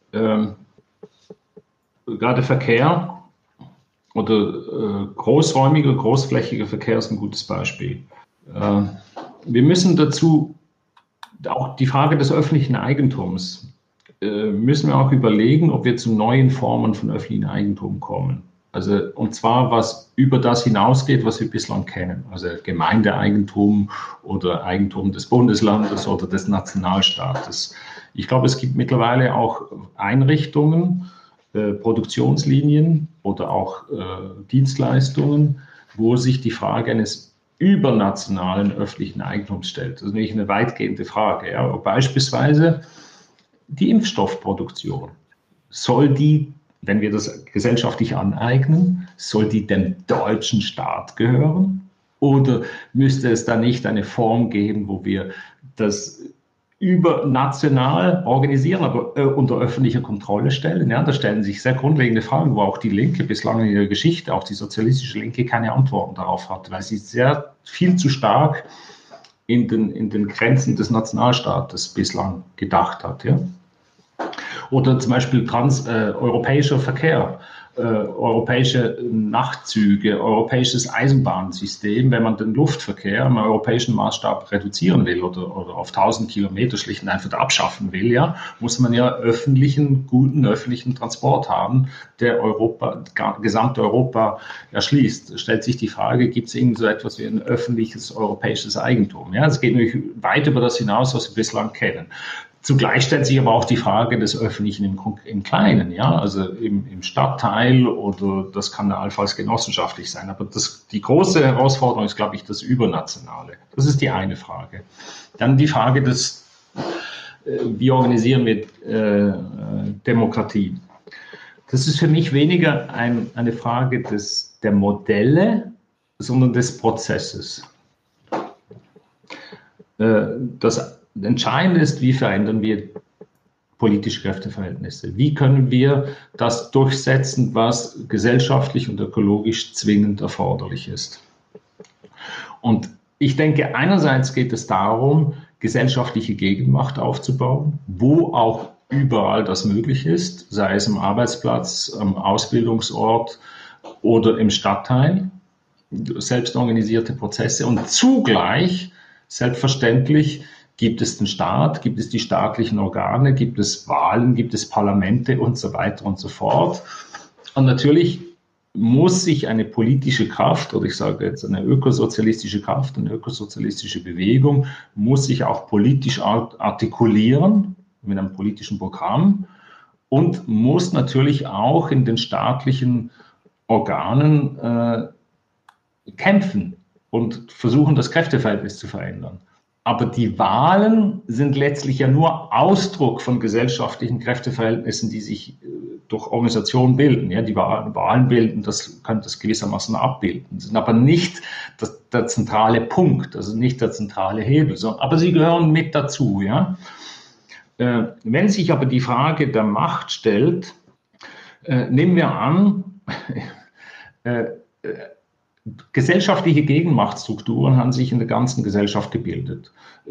Gerade Verkehr oder großräumiger, großflächiger Verkehr ist ein gutes Beispiel. Wir müssen dazu auch die Frage des öffentlichen Eigentums müssen wir auch überlegen, ob wir zu neuen Formen von öffentlichem Eigentum kommen. Also, und zwar, was über das hinausgeht, was wir bislang kennen. Also Gemeindeeigentum oder Eigentum des Bundeslandes oder des Nationalstaates. Ich glaube, es gibt mittlerweile auch Einrichtungen, Produktionslinien oder auch Dienstleistungen, wo sich die Frage eines übernationalen öffentlichen Eigentums stellt. Das ist nämlich eine weitgehende Frage. Ja. Beispielsweise die Impfstoffproduktion. Soll die, wenn wir das gesellschaftlich aneignen, soll die dem deutschen Staat gehören? Oder müsste es da nicht eine Form geben, wo wir das übernational organisieren, aber unter öffentlicher Kontrolle stellen? Ja, da stellen sich sehr grundlegende Fragen, wo auch die Linke bislang in ihrer Geschichte, auch die sozialistische Linke, keine Antworten darauf hat, weil sie sehr viel zu stark in den Grenzen des Nationalstaates bislang gedacht hat. Ja? Oder zum Beispiel europäischer Verkehr. europäische Nachtzüge, europäisches Eisenbahnsystem, wenn man den Luftverkehr im europäischen Maßstab reduzieren will oder auf 1000 Kilometer schlicht und einfach abschaffen will, ja, muss man ja guten öffentlichen Transport haben, der gesamte Europa erschließt. Da stellt sich die Frage, gibt es irgend so etwas wie ein öffentliches europäisches Eigentum? Ja, es geht natürlich weit über das hinaus, was wir bislang kennen. Zugleich stellt sich aber auch die Frage des Öffentlichen im Kleinen, ja, also im Stadtteil, oder das kann allenfalls genossenschaftlich sein. Aber die große Herausforderung ist, glaube ich, das Übernationale. Das ist die eine Frage. Dann die Frage wie organisieren wir Demokratie? Das ist für mich weniger eine Frage der Modelle, sondern des Prozesses. Das Entscheidend ist, wie verändern wir politische Kräfteverhältnisse? Wie können wir das durchsetzen, was gesellschaftlich und ökologisch zwingend erforderlich ist? Und ich denke, einerseits geht es darum, gesellschaftliche Gegenmacht aufzubauen, wo auch überall das möglich ist, sei es am Arbeitsplatz, am Ausbildungsort oder im Stadtteil, selbstorganisierte Prozesse, und zugleich selbstverständlich gibt es den Staat, gibt es die staatlichen Organe, gibt es Wahlen, gibt es Parlamente und so weiter und so fort. Und natürlich muss sich eine politische Kraft, oder ich sage jetzt eine ökosozialistische Kraft, eine ökosozialistische Bewegung, muss sich auch politisch artikulieren mit einem politischen Programm und muss natürlich auch in den staatlichen Organen kämpfen und versuchen, das Kräfteverhältnis zu verändern. Aber die Wahlen sind letztlich ja nur Ausdruck von gesellschaftlichen Kräfteverhältnissen, die sich durch Organisationen bilden. Ja, die Wahlen bilden, das könnte es gewissermaßen abbilden, sind aber nicht der zentrale Punkt, also nicht der zentrale Hebel, aber sie gehören mit dazu. Ja? Wenn sich aber die Frage der Macht stellt, nehmen wir an, gesellschaftliche Gegenmachtstrukturen haben sich in der ganzen Gesellschaft gebildet.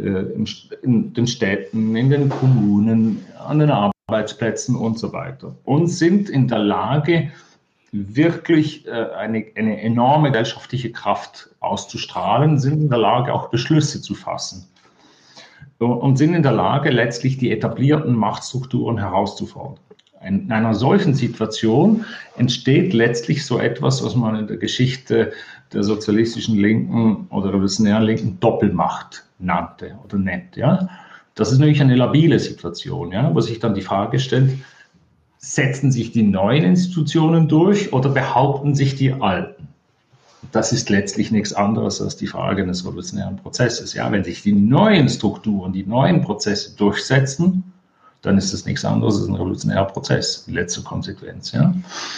In den Städten, in den Kommunen, an den Arbeitsplätzen und so weiter. Und sind in der Lage, wirklich eine enorme gesellschaftliche Kraft auszustrahlen, sind in der Lage, auch Beschlüsse zu fassen. Und sind in der Lage, letztlich die etablierten Machtstrukturen herauszufordern. In einer solchen Situation entsteht letztlich so etwas, was man in der Geschichte der sozialistischen Linken oder revolutionären Linken Doppelmacht nannte oder nennt. Ja? Das ist natürlich eine labile Situation, ja? Wo sich dann die Frage stellt, setzen sich die neuen Institutionen durch oder behaupten sich die alten? Das ist letztlich nichts anderes als die Frage des revolutionären Prozesses. Ja? Wenn sich die neuen Strukturen, die neuen Prozesse durchsetzen, dann ist das nichts anderes als ein revolutionärer Prozess, in letzter Konsequenz. Ja?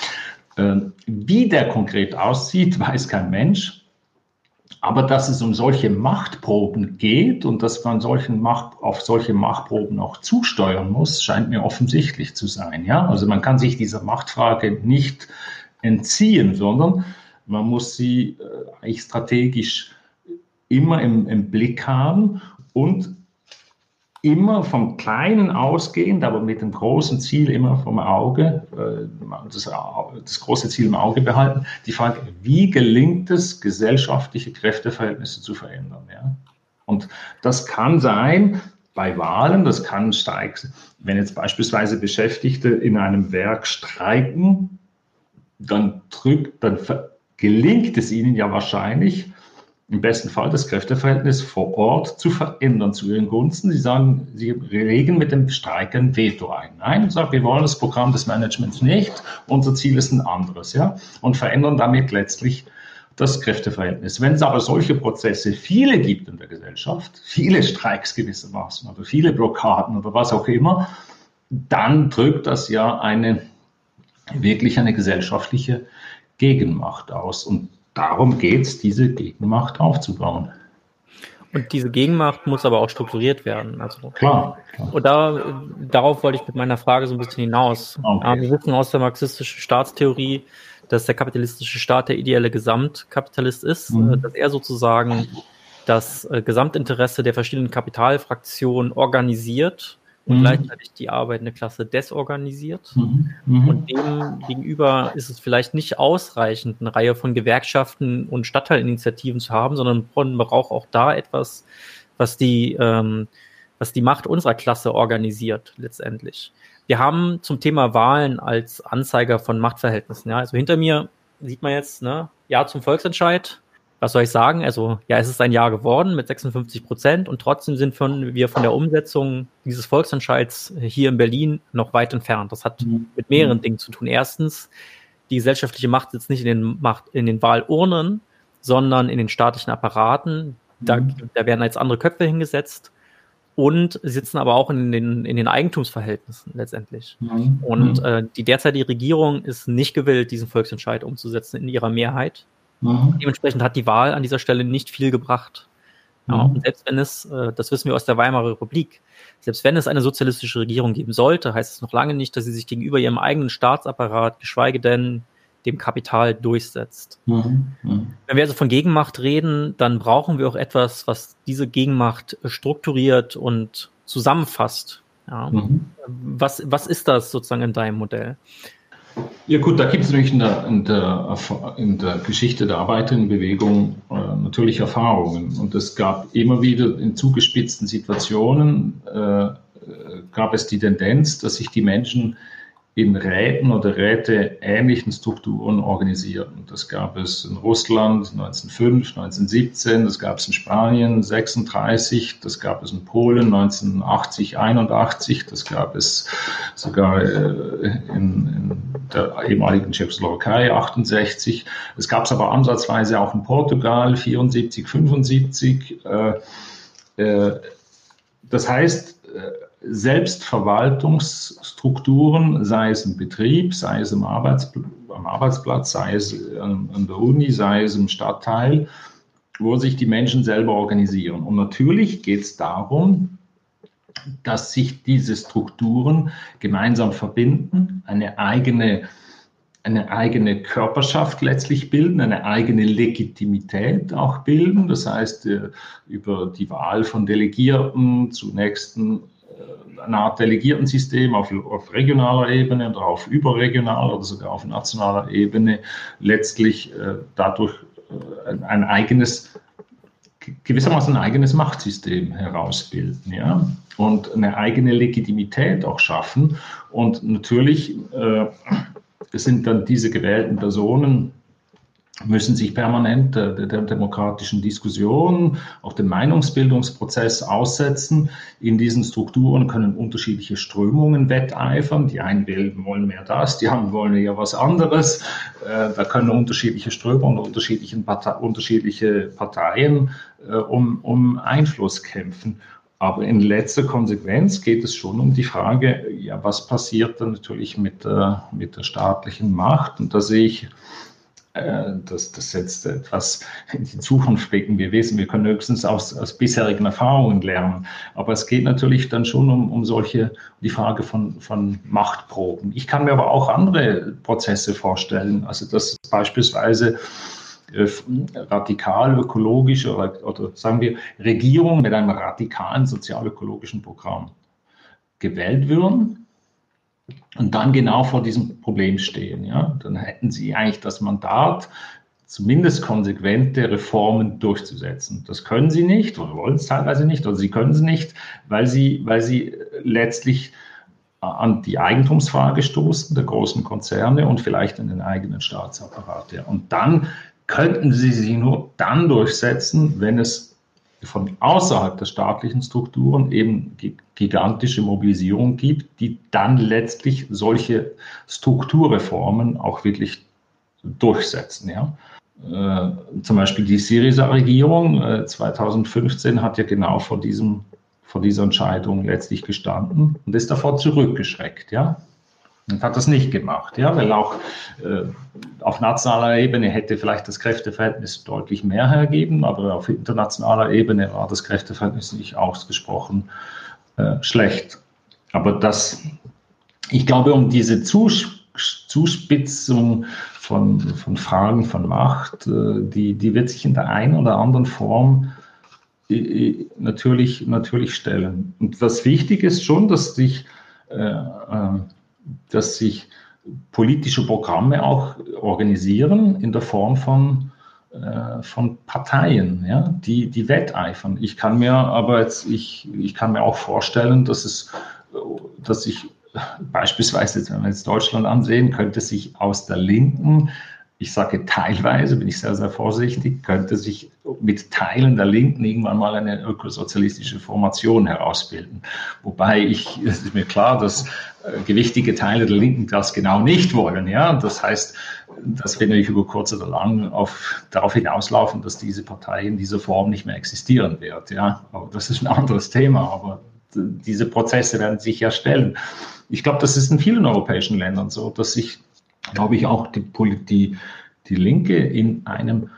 Wie der konkret aussieht, weiß kein Mensch. Aber dass es um solche Machtproben geht und dass man auf solche Machtproben auch zusteuern muss, scheint mir offensichtlich zu sein. Ja? Also man kann sich dieser Machtfrage nicht entziehen, sondern man muss sie eigentlich strategisch immer im Blick haben und immer vom Kleinen ausgehend, aber mit dem großen Ziel immer vom Auge, das große Ziel im Auge behalten, die Frage, wie gelingt es, gesellschaftliche Kräfteverhältnisse zu verändern? Ja? Und das kann sein bei Wahlen, das kann Streiks, wenn jetzt beispielsweise Beschäftigte in einem Werk streiken, dann gelingt es ihnen ja wahrscheinlich, im besten Fall das Kräfteverhältnis vor Ort zu verändern zu ihren Gunsten. Sie sagen, sie legen mit dem Streik ein Veto ein. Nein, sagen, wir wollen das Programm des Managements nicht, unser Ziel ist ein anderes, ja, und verändern damit letztlich das Kräfteverhältnis. Wenn es aber solche Prozesse viele gibt in der Gesellschaft, viele Streiks gewissermaßen oder viele Blockaden oder was auch immer, dann drückt das ja wirklich eine gesellschaftliche Gegenmacht aus. Und darum geht es, diese Gegenmacht aufzubauen. Und diese Gegenmacht muss aber auch strukturiert werden. Also, klar. Und darauf wollte ich mit meiner Frage so ein bisschen hinaus. Okay. Wir wissen aus der marxistischen Staatstheorie, dass der kapitalistische Staat der ideelle Gesamtkapitalist ist, dass er sozusagen das Gesamtinteresse der verschiedenen Kapitalfraktionen organisiert und gleichzeitig die arbeitende Klasse desorganisiert. Und dem gegenüber ist es vielleicht nicht ausreichend, eine Reihe von Gewerkschaften und Stadtteilinitiativen zu haben, sondern man braucht auch da etwas, was die Macht unserer Klasse organisiert letztendlich. Wir haben zum Thema Wahlen als Anzeiger von Machtverhältnissen, ja, also hinter mir sieht man jetzt, ne, Ja zum Volksentscheid. Was soll ich sagen? Also, ja, es ist ein Jahr geworden mit 56% und trotzdem sind wir von der Umsetzung dieses Volksentscheids hier in Berlin noch weit entfernt. Das hat mit mehreren Dingen zu tun. Erstens, die gesellschaftliche Macht sitzt nicht in den Wahlurnen, sondern in den staatlichen Apparaten. Da werden jetzt andere Köpfe hingesetzt und sitzen aber auch in den Eigentumsverhältnissen letztendlich. Und die derzeitige Regierung ist nicht gewillt, diesen Volksentscheid umzusetzen in ihrer Mehrheit. Dementsprechend hat die Wahl an dieser Stelle nicht viel gebracht. Ja, und selbst wenn es, das wissen wir aus der Weimarer Republik, selbst wenn es eine sozialistische Regierung geben sollte, heißt es noch lange nicht, dass sie sich gegenüber ihrem eigenen Staatsapparat, geschweige denn dem Kapital, durchsetzt. Wenn wir also von Gegenmacht reden, dann brauchen wir auch etwas, was diese Gegenmacht strukturiert und zusammenfasst. Ja. Was ist das sozusagen in deinem Modell? Ja gut, da gibt es natürlich in der Geschichte der Arbeiterinnenbewegung natürlich Erfahrungen. Und es gab immer wieder in zugespitzten Situationen, gab es die Tendenz, dass sich die Menschen in Räten oder räteähnlichen Strukturen organisierten. Das gab es in Russland 1905, 1917, das gab es in Spanien 1936, das gab es in Polen 1980, 81, das gab es sogar in der ehemaligen Tschechoslowakei 68. Es gab es aber ansatzweise auch in Portugal 74, 75. Das heißt, Selbstverwaltungsstrukturen, sei es im Betrieb, sei es am Arbeitsplatz, sei es an der Uni, sei es im Stadtteil, wo sich die Menschen selber organisieren. Und natürlich geht es darum, dass sich diese Strukturen gemeinsam verbinden, eine eigene Körperschaft letztlich bilden, eine eigene Legitimität auch bilden. Das heißt, über die Wahl von Delegierten zunächst eine Art Delegiertensystem auf regionaler Ebene oder auf überregionaler oder sogar auf nationaler Ebene letztlich dadurch gewissermaßen ein eigenes Machtsystem herausbilden, ja, und eine eigene Legitimität auch schaffen. Und natürlich sind dann diese gewählten Personen, müssen sich permanent der demokratischen Diskussion, auch dem Meinungsbildungsprozess aussetzen. In diesen Strukturen können unterschiedliche Strömungen wetteifern. Die einen wollen mehr das, die anderen wollen eher was anderes. Da können unterschiedliche Strömungen, unterschiedliche Parteien um Einfluss kämpfen. Aber in letzter Konsequenz geht es schon um die Frage, ja, was passiert dann natürlich mit der staatlichen Macht? Und da sehe ich, das setzt etwas in die Zukunft blicken. Wir wissen, wir können höchstens aus bisherigen Erfahrungen lernen. Aber es geht natürlich dann schon um die Frage von Machtproben. Ich kann mir aber auch andere Prozesse vorstellen. Also, dass beispielsweise radikal ökologische oder sagen wir Regierungen mit einem radikalen sozialökologischen Programm gewählt würden und dann genau vor diesem Problem stehen. Ja? Dann hätten sie eigentlich das Mandat, zumindest konsequente Reformen durchzusetzen. Das können sie nicht oder wollen es teilweise nicht oder sie können es nicht, weil sie letztlich an die Eigentumsfrage stoßen, der großen Konzerne und vielleicht in den eigenen Staatsapparat. Ja. Und dann könnten sie sich nur dann durchsetzen, wenn es von außerhalb der staatlichen Strukturen eben gigantische Mobilisierung gibt, die dann letztlich solche Strukturreformen auch wirklich durchsetzen. Ja. Zum Beispiel die Syriza-Regierung 2015 hat ja genau vor dieser Entscheidung letztlich gestanden und ist davor zurückgeschreckt. Ja. Und hat das nicht gemacht, ja, weil auch auf nationaler Ebene hätte vielleicht das Kräfteverhältnis deutlich mehr hergeben, aber auf internationaler Ebene war das Kräfteverhältnis nicht ausgesprochen schlecht. Aber ich glaube, um diese Zuspitzung von Fragen von Macht, die wird sich in der einen oder anderen Form natürlich stellen. Und was wichtig ist schon, dass sich politische Programme auch organisieren in der Form von Parteien, ja, die wetteifern. Ich kann mir auch vorstellen, dass sich beispielsweise, wenn wir jetzt Deutschland ansehen, könnte sich aus der Linken, ich sage teilweise, bin ich sehr, sehr vorsichtig, könnte sich mit Teilen der Linken irgendwann mal eine ökosozialistische Formation herausbilden. Wobei es ist mir klar, dass gewichtige Teile der Linken das genau nicht wollen. Ja? Das heißt, dass wir natürlich über kurz oder lang darauf hinauslaufen, dass diese Partei in dieser Form nicht mehr existieren wird. Ja? Aber das ist ein anderes Thema, aber diese Prozesse werden sich ja stellen. Ich glaube, das ist in vielen europäischen Ländern so, dass sich, glaube ich, auch die Linke in einem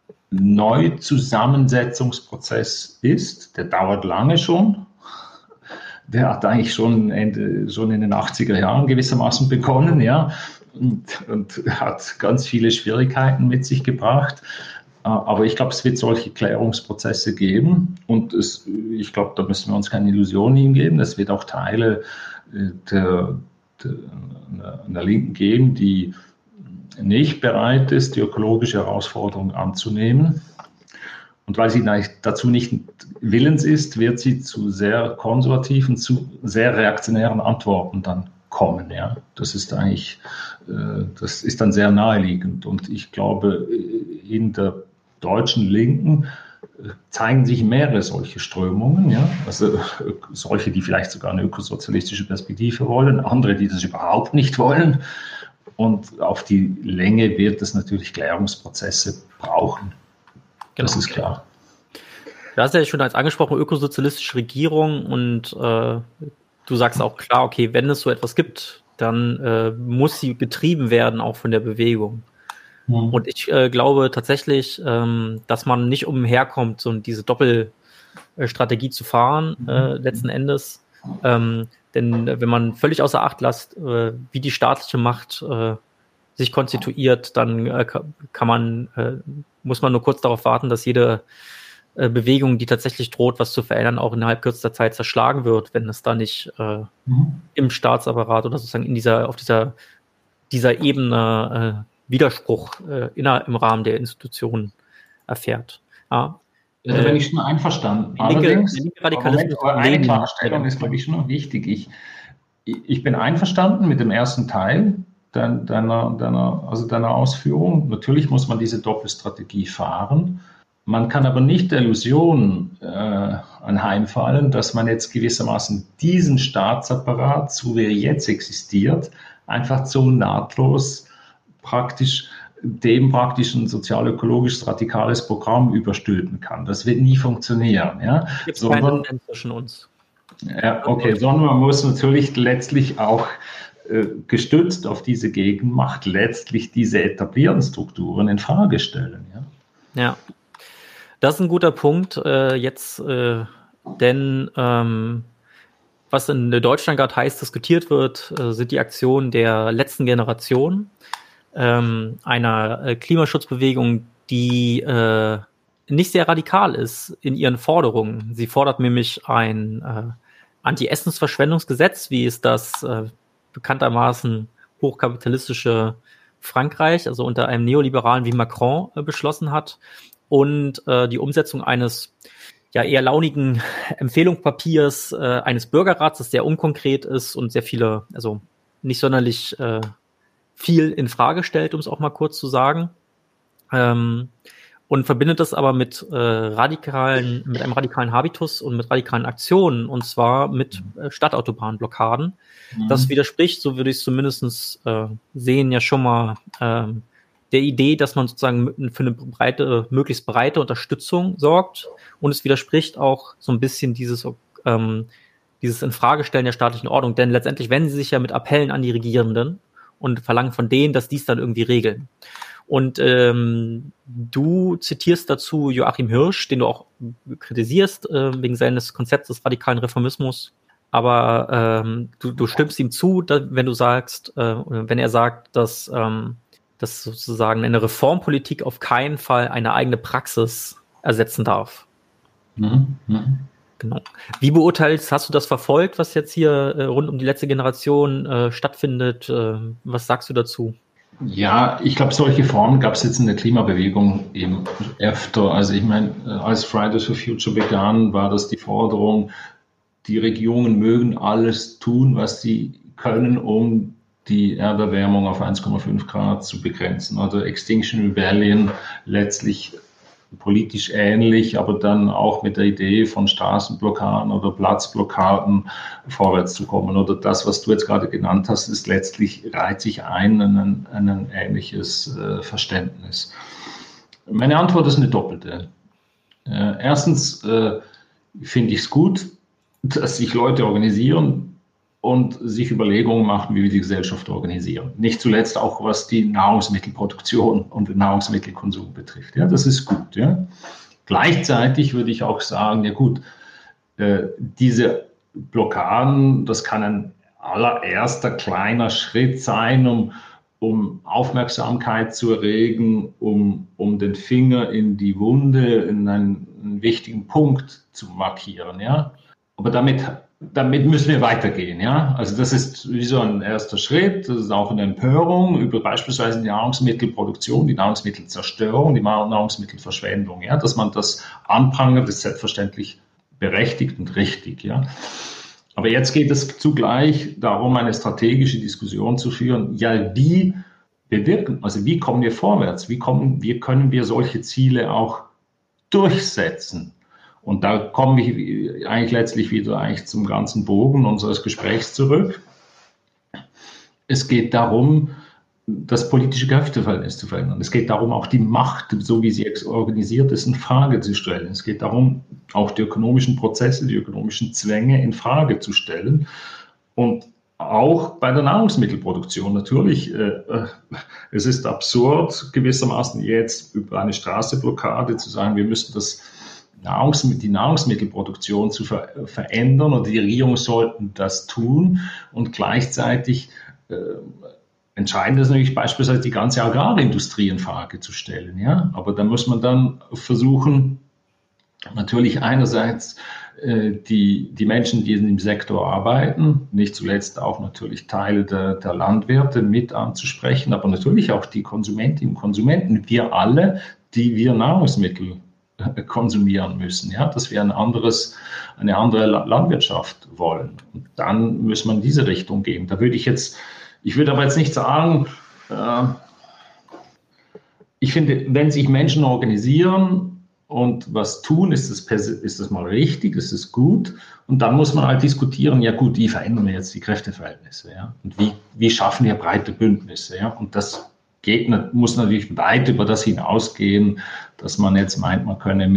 Neuzusammensetzungsprozess ist. Der dauert lange schon. Der hat eigentlich schon in den 80er Jahren gewissermaßen begonnen, ja, und hat ganz viele Schwierigkeiten mit sich gebracht. Aber ich glaube, es wird solche Klärungsprozesse geben und ich glaube, da müssen wir uns keine Illusionen hingeben. Es wird auch Teile der Linken geben, die nicht bereit ist, die ökologische Herausforderung anzunehmen. Und weil sie dazu nicht willens ist, wird sie zu sehr konservativen, zu sehr reaktionären Antworten dann kommen. Ja? Das ist dann sehr naheliegend. Und ich glaube, in der deutschen Linken zeigen sich mehrere solche Strömungen, ja? Also solche, die vielleicht sogar eine ökosozialistische Perspektive wollen, andere, die das überhaupt nicht wollen. Und auf die Länge wird es natürlich Klärungsprozesse brauchen. Genau. Das ist klar. Du hast ja schon als angesprochen, ökosozialistische Regierung und du sagst auch klar, okay, wenn es so etwas gibt, dann muss sie getrieben werden, auch von der Bewegung. Und ich glaube tatsächlich, dass man nicht umherkommt, so diese Doppelstrategie zu fahren, letzten Endes. Denn wenn man völlig außer Acht lässt, wie die staatliche Macht sich konstituiert, dann muss man nur kurz darauf warten, dass jede Bewegung, die tatsächlich droht, was zu verändern, auch innerhalb kürzester Zeit zerschlagen wird, wenn es da nicht im Staatsapparat oder sozusagen auf dieser Ebene Widerspruch im Rahmen der Institutionen erfährt. Ja. Also bin ich schon einverstanden. Allerdings, eine Klarstellung ist, glaube ich, schon noch wichtig. Ich bin einverstanden mit dem ersten Teil deiner Ausführung. Natürlich muss man diese Doppelstrategie fahren. Man kann aber nicht der Illusion anheimfallen, dass man jetzt gewissermaßen diesen Staatsapparat, so wie er jetzt existiert, einfach so nahtlos dem praktisch ein sozial-ökologisches radikales Programm überstülpen kann. Das wird nie funktionieren. Ja? Gibt es keinen zwischen uns. Ja, okay, sondern man muss natürlich letztlich auch gestützt auf diese Gegenmacht letztlich diese etablierten Strukturen in Frage stellen. Ja, das ist ein guter Punkt denn was in Deutschland gerade heiß diskutiert wird, sind die Aktionen der letzten Generation, einer Klimaschutzbewegung, die nicht sehr radikal ist in ihren Forderungen. Sie fordert nämlich ein Anti-Essensverschwendungsgesetz, wie es das bekanntermaßen hochkapitalistische Frankreich, also unter einem Neoliberalen wie Macron, beschlossen hat, und die Umsetzung eines eher launigen Empfehlungspapiers eines Bürgerrats, das sehr unkonkret ist und sehr viele, also nicht sonderlich viel in Frage stellt, um es auch mal kurz zu sagen, und verbindet das aber mit einem radikalen Habitus und mit radikalen Aktionen, und zwar mit Stadtautobahnblockaden. Das widerspricht, so würde ich es zumindest sehen, ja schon mal der Idee, dass man sozusagen für eine möglichst breite Unterstützung sorgt, und es widerspricht auch so ein bisschen dieses Infragestellen der staatlichen Ordnung, denn letztendlich wenden sie sich ja mit Appellen an die Regierenden und verlangen von denen, dass dies dann irgendwie regeln. Und du zitierst dazu Joachim Hirsch, den du auch kritisierst wegen seines Konzepts des radikalen Reformismus. Aber du stimmst ihm zu, wenn er sagt, dass sozusagen eine Reformpolitik auf keinen Fall eine eigene Praxis ersetzen darf. Genau. Wie hast du das verfolgt, was jetzt hier rund um die letzte Generation stattfindet? Was sagst du dazu? Ja, ich glaube, solche Formen gab es jetzt in der Klimabewegung eben öfter. Also ich meine, als Fridays for Future begann, war das die Forderung, die Regierungen mögen alles tun, was sie können, um die Erderwärmung auf 1,5 Grad zu begrenzen. Oder Extinction Rebellion letztlich politisch ähnlich, aber dann auch mit der Idee von Straßenblockaden oder Platzblockaden vorwärts zu kommen. Oder das, was du jetzt gerade genannt hast, ist letztlich, reiht sich ein in ein ähnliches Verständnis. Meine Antwort ist eine doppelte. Erstens finde ich es gut, dass sich Leute organisieren und sich Überlegungen machen, wie wir die Gesellschaft organisieren. Nicht zuletzt auch, was die Nahrungsmittelproduktion und den Nahrungsmittelkonsum betrifft. Ja, das ist gut. Ja. Gleichzeitig würde ich auch sagen, ja gut, diese Blockaden, das kann ein allererster kleiner Schritt sein, um Aufmerksamkeit zu erregen, um den Finger in die Wunde, in einen wichtigen Punkt zu markieren. Ja. Aber damit müssen wir weitergehen, ja. Also das ist wie so ein erster Schritt. Das ist auch eine Empörung über beispielsweise die Nahrungsmittelproduktion, die Nahrungsmittelzerstörung, die Nahrungsmittelverschwendung, ja. Dass man das anprangert, ist selbstverständlich berechtigt und richtig, ja. Aber jetzt geht es zugleich darum, eine strategische Diskussion zu führen. Ja, wie kommen wir vorwärts? Wie können wir solche Ziele auch durchsetzen? Und da komme ich eigentlich letztlich wieder zum ganzen Bogen unseres Gesprächs zurück. Es geht darum, das politische Kräfteverhältnis zu verändern. Es geht darum, auch die Macht, so wie sie organisiert ist, in Frage zu stellen. Es geht darum, auch die ökonomischen Prozesse, die ökonomischen Zwänge in Frage zu stellen. Und auch bei der Nahrungsmittelproduktion natürlich. Es ist absurd, gewissermaßen jetzt über eine Straßenblockade zu sagen, wir müssen die Nahrungsmittelproduktion zu verändern oder die Regierungen sollten das tun und gleichzeitig entscheidend ist natürlich beispielsweise die ganze Agrarindustrie in Frage zu stellen. Ja? Aber da muss man dann versuchen, natürlich einerseits die Menschen, die in dem Sektor arbeiten, nicht zuletzt auch natürlich Teile der Landwirte mit anzusprechen, aber natürlich auch die Konsumentinnen und Konsumenten, wir alle, die wir Nahrungsmittel konsumieren müssen, ja, dass wir eine andere Landwirtschaft wollen. Und dann muss man in diese Richtung gehen. Ich würde aber jetzt nicht sagen, ich finde, wenn sich Menschen organisieren und was tun, ist das mal richtig, ist es gut. Und dann muss man halt diskutieren, ja gut, wie verändern wir jetzt die Kräfteverhältnisse, ja? Und wie schaffen wir breite Bündnisse, ja? Und das muss natürlich weit über das hinausgehen, dass man jetzt meint, man könne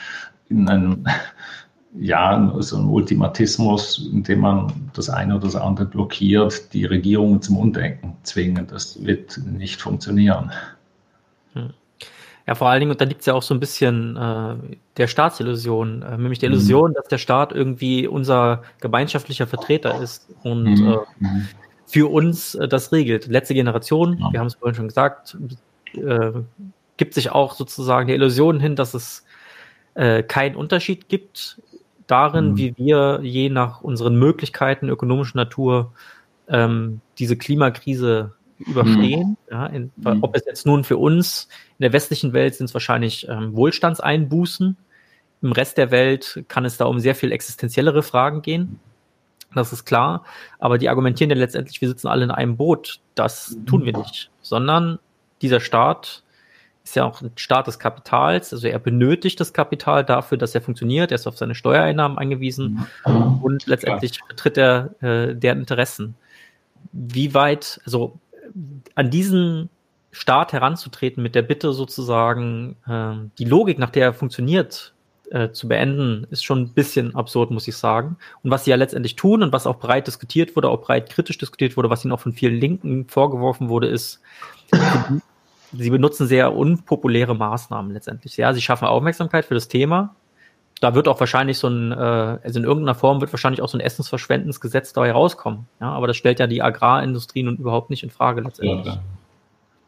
so einem Ultimatismus, indem man das eine oder das andere blockiert, die Regierungen zum Umdenken zwingen. Das wird nicht funktionieren. Ja, vor allen Dingen, und da liegt es ja auch so ein bisschen der Staatsillusion, nämlich der Illusion, dass der Staat irgendwie unser gemeinschaftlicher Vertreter ist und für uns das regelt. Letzte Generation, wir haben es vorhin schon gesagt, gibt sich auch sozusagen der Illusion hin, dass es keinen Unterschied gibt darin, wie wir je nach unseren Möglichkeiten ökonomischer Natur diese Klimakrise überstehen. Ja, ob es jetzt nun für uns in der westlichen Welt sind es wahrscheinlich Wohlstandseinbußen. Im Rest der Welt kann es da um sehr viel existenziellere Fragen gehen. Das ist klar. Aber die argumentieren ja letztendlich, wir sitzen alle in einem Boot. Das tun wir nicht. Sondern dieser Staat ist ja auch ein Staat des Kapitals. Also er benötigt das Kapital dafür, dass er funktioniert. Er ist auf seine Steuereinnahmen angewiesen. Und letztendlich vertritt er deren Interessen. Wie weit, also an diesen Staat heranzutreten mit der Bitte sozusagen, die Logik, nach der er funktioniert, zu beenden, ist schon ein bisschen absurd, muss ich sagen. Und was sie ja letztendlich tun und was auch breit diskutiert wurde, auch breit kritisch diskutiert wurde, was ihnen auch von vielen Linken vorgeworfen wurde, ist, sie benutzen sehr unpopuläre Maßnahmen letztendlich. Ja, sie schaffen Aufmerksamkeit für das Thema. Da wird auch wahrscheinlich also in irgendeiner Form wird wahrscheinlich auch so ein Essensverschwendensgesetz dabei rauskommen. Ja, aber das stellt ja die Agrarindustrie nun überhaupt nicht in Frage letztendlich.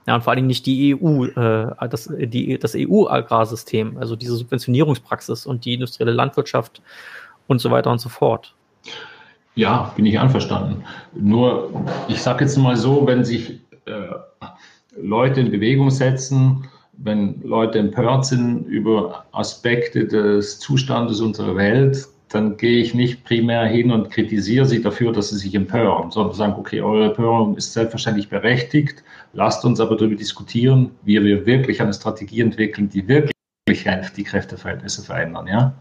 Ja, und vor allen Dingen nicht die EU, das EU-Agrarsystem, also diese Subventionierungspraxis und die industrielle Landwirtschaft und so weiter und so fort. Ja, bin ich einverstanden. Nur, ich sage jetzt mal so, wenn sich Leute in Bewegung setzen, wenn Leute empört sind über Aspekte des Zustandes unserer Welt, dann gehe ich nicht primär hin und kritisiere sie dafür, dass sie sich empören, sondern sagen, okay, eure Empörung ist selbstverständlich berechtigt, lasst uns aber darüber diskutieren, wie wir wirklich eine Strategie entwickeln, die wirklich die Kräfteverhältnisse verändern, ja?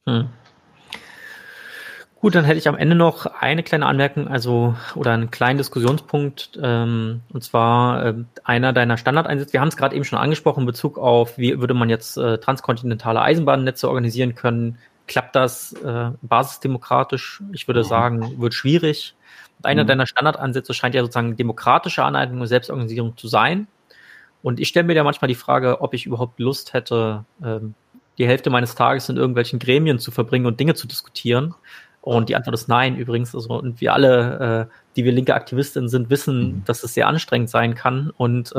Gut, dann hätte ich am Ende noch eine kleine Anmerkung, oder einen kleinen Diskussionspunkt, und zwar einer deiner Standardeinsätze. Wir haben es gerade eben schon angesprochen in Bezug auf, wie würde man jetzt transkontinentale Eisenbahnnetze organisieren können. Klappt das basisdemokratisch? Ich würde sagen, wird schwierig. Und einer deiner Standardansätze scheint ja sozusagen demokratische Aneignung und Selbstorganisierung zu sein. Und ich stelle mir ja manchmal die Frage, ob ich überhaupt Lust hätte, die Hälfte meines Tages in irgendwelchen Gremien zu verbringen und Dinge zu diskutieren. Und die Antwort ist nein, übrigens. Und wir alle, die wir linke Aktivistinnen sind, wissen, dass es sehr anstrengend sein kann. Und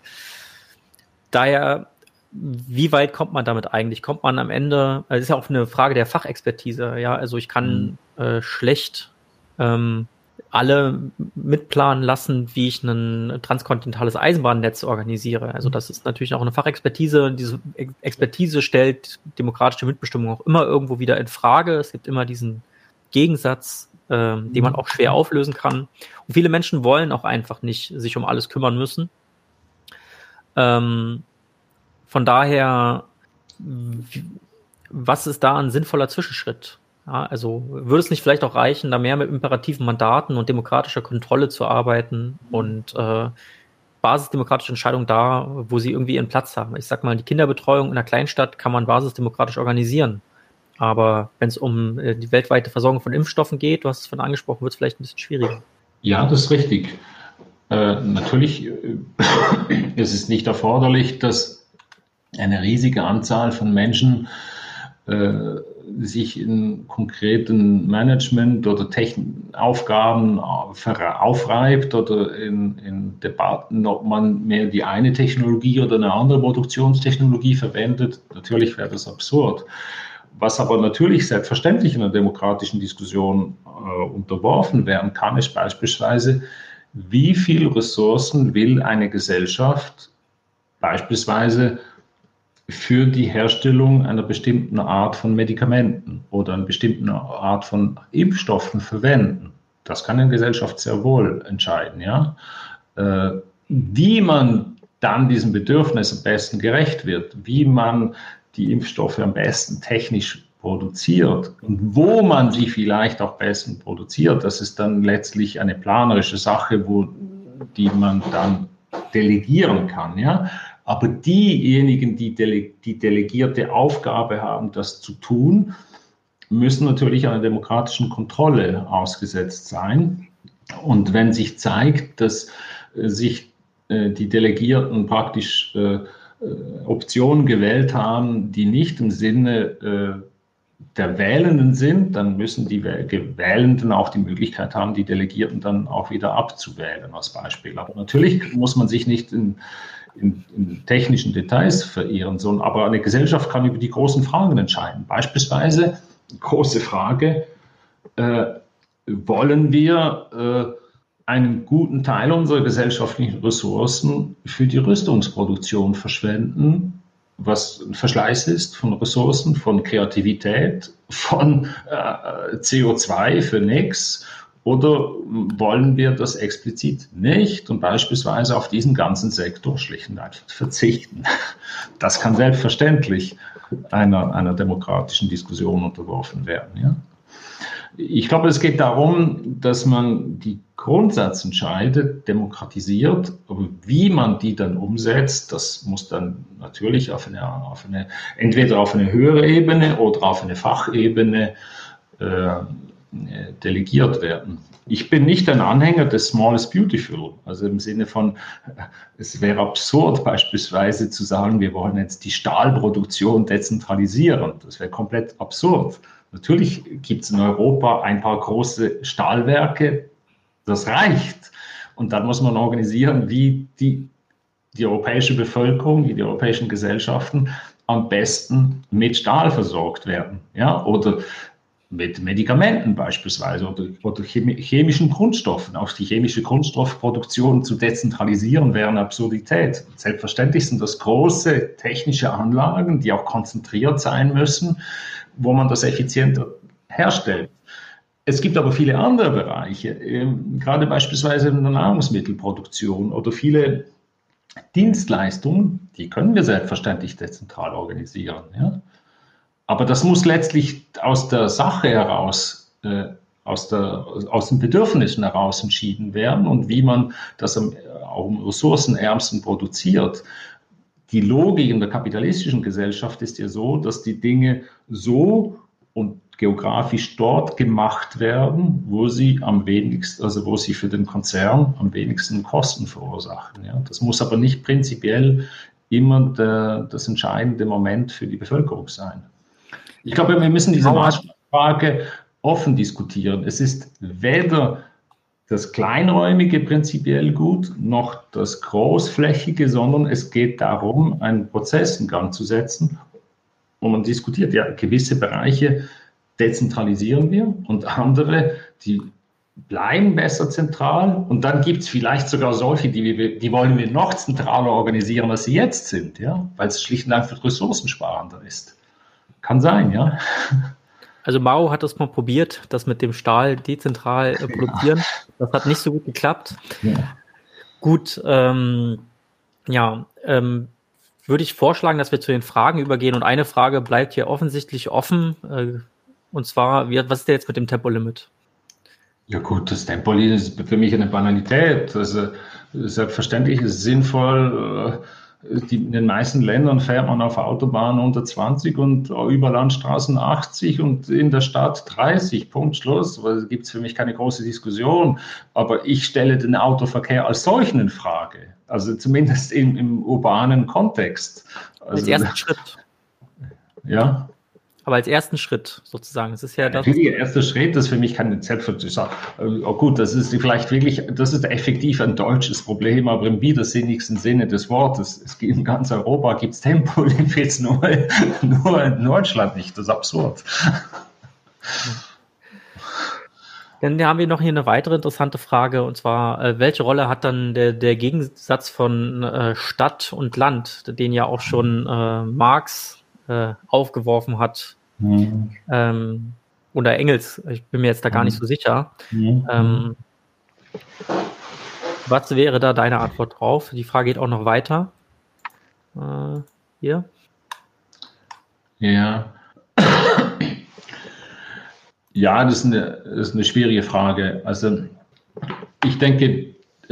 daher, wie weit kommt man damit eigentlich? Kommt man am Ende, es ist ja auch eine Frage der Fachexpertise, ja, also ich kann schlecht alle mitplanen lassen, wie ich ein transkontinentales Eisenbahnnetz organisiere. Also das ist natürlich auch eine Fachexpertise. Diese Expertise stellt demokratische Mitbestimmung auch immer irgendwo wieder in Frage. Es gibt immer diesen Gegensatz, den man auch schwer auflösen kann. Und viele Menschen wollen auch einfach nicht sich um alles kümmern müssen. Von daher, was ist da ein sinnvoller Zwischenschritt? Ja, also würde es nicht vielleicht auch reichen, da mehr mit imperativen Mandaten und demokratischer Kontrolle zu arbeiten und basisdemokratische Entscheidungen da, wo sie irgendwie ihren Platz haben? Ich sag mal, die Kinderbetreuung in einer Kleinstadt kann man basisdemokratisch organisieren. Aber wenn es um die weltweite Versorgung von Impfstoffen geht, du hast es von angesprochen, wird es vielleicht ein bisschen schwieriger. Ja, das ist richtig. Natürlich ist es nicht erforderlich, dass eine riesige Anzahl von Menschen sich in konkreten Management- oder Aufgaben aufreibt oder in Debatten, ob man mehr die eine Technologie oder eine andere Produktionstechnologie verwendet. Natürlich wäre das absurd. Was aber natürlich selbstverständlich in einer demokratischen Diskussion unterworfen werden kann, ist beispielsweise, wie viel Ressourcen will eine Gesellschaft beispielsweise für die Herstellung einer bestimmten Art von Medikamenten oder einer bestimmten Art von Impfstoffen verwenden. Das kann eine Gesellschaft sehr wohl entscheiden, ja. Wie man dann diesem Bedürfnis am besten gerecht wird, wie man die Impfstoffe am besten technisch produziert und wo man sie vielleicht auch besten produziert, das ist dann letztlich eine planerische Sache, die man dann delegieren kann, ja. Aber diejenigen, die delegierte Aufgabe haben, das zu tun, müssen natürlich einer demokratischen Kontrolle ausgesetzt sein. Und wenn sich zeigt, dass sich die Delegierten praktisch Optionen gewählt haben, die nicht im Sinne der Wählenden sind, dann müssen die Wählenden auch die Möglichkeit haben, die Delegierten dann auch wieder abzuwählen, als Beispiel. Aber natürlich muss man sich nicht in technischen Details verirren, sondern aber eine Gesellschaft kann über die großen Fragen entscheiden. Beispielsweise, große Frage, wollen wir einen guten Teil unserer gesellschaftlichen Ressourcen für die Rüstungsproduktion verschwenden, was ein Verschleiß ist von Ressourcen, von Kreativität, von CO2 für nichts? Oder wollen wir das explizit nicht und beispielsweise auf diesen ganzen Sektor schlicht und einfach verzichten? Das kann selbstverständlich einer demokratischen Diskussion unterworfen werden, ja? Ich glaube, es geht darum, dass man die Grundsatzentscheide demokratisiert, aber wie man die dann umsetzt, das muss dann natürlich entweder auf eine höhere Ebene oder auf eine Fachebene delegiert werden. Ich bin nicht ein Anhänger des Small is Beautiful, also im Sinne von, es wäre absurd beispielsweise zu sagen, wir wollen jetzt die Stahlproduktion dezentralisieren. Das wäre komplett absurd. Natürlich gibt es in Europa ein paar große Stahlwerke, das reicht. Und dann muss man organisieren, wie die die europäische Bevölkerung, die europäischen Gesellschaften am besten mit Stahl versorgt werden, ja, oder mit Medikamenten beispielsweise oder chemischen Grundstoffen. Auch die chemische Grundstoffproduktion zu dezentralisieren wäre eine Absurdität. Selbstverständlich sind das große technische Anlagen, die auch konzentriert sein müssen, wo man das effizienter herstellt. Es gibt aber viele andere Bereiche, gerade beispielsweise in der Nahrungsmittelproduktion oder viele Dienstleistungen, die können wir selbstverständlich dezentral organisieren. Ja? Aber das muss letztlich aus der Sache heraus, aus den Bedürfnissen heraus entschieden werden und wie man das auch am ressourcenärmsten produziert. Die Logik in der kapitalistischen Gesellschaft ist ja so, dass die Dinge so und geografisch dort gemacht werden, wo sie am wenigsten, also wo sie für den Konzern am wenigsten Kosten verursachen. Ja. Das muss aber nicht prinzipiell immer das entscheidende Moment für die Bevölkerung sein. Ich glaube, wir müssen diese Maßstabfrage offen diskutieren. Es ist weder das Kleinräumige prinzipiell gut, noch das Großflächige, sondern es geht darum, einen Prozess in Gang zu setzen, wo man diskutiert, ja, gewisse Bereiche dezentralisieren wir und andere, die bleiben besser zentral. Und dann gibt es vielleicht sogar solche, die wollen wir noch zentraler organisieren, als sie jetzt sind, ja, weil es schlicht und einfach ressourcensparender ist. Kann sein, ja. Also Mao hat das mal probiert, das mit dem Stahl dezentral produzieren. Ja. Das hat nicht so gut geklappt. Ja. Gut, würde ich vorschlagen, dass wir zu den Fragen übergehen. Und eine Frage bleibt hier offensichtlich offen. Und zwar, was ist denn jetzt mit dem Tempolimit? Ja gut, das Tempolimit ist für mich eine Banalität. Also selbstverständlich ist es sinnvoll. In den meisten Ländern fährt man auf Autobahnen unter 20 und über Landstraßen 80 und in der Stadt 30. Punkt, Schluss. Da gibt es für mich keine große Diskussion. Aber ich stelle den Autoverkehr als solchen in Frage. Also zumindest im urbanen Kontext. Also, als ersten Schritt. Ja. Aber als ersten Schritt sozusagen. Es ist ja das. Der erste Schritt ist für mich keine Selbstverständlichkeit. Oh gut, das ist vielleicht wirklich, das ist effektiv ein deutsches Problem, aber im widersinnigsten Sinne des Wortes. Es gibt in ganz Europa gibt es Tempolimits, nur in Deutschland nicht. Das ist absurd. Dann haben wir noch hier eine weitere interessante Frage, und zwar, welche Rolle hat dann der Gegensatz von Stadt und Land, den ja auch schon Marx aufgeworfen hat, oder Engels, ich bin mir jetzt da gar nicht so sicher. Was wäre da deine Antwort drauf? Die Frage geht auch noch weiter. Hier. Ja. Ja, das ist eine schwierige Frage. Also ich denke,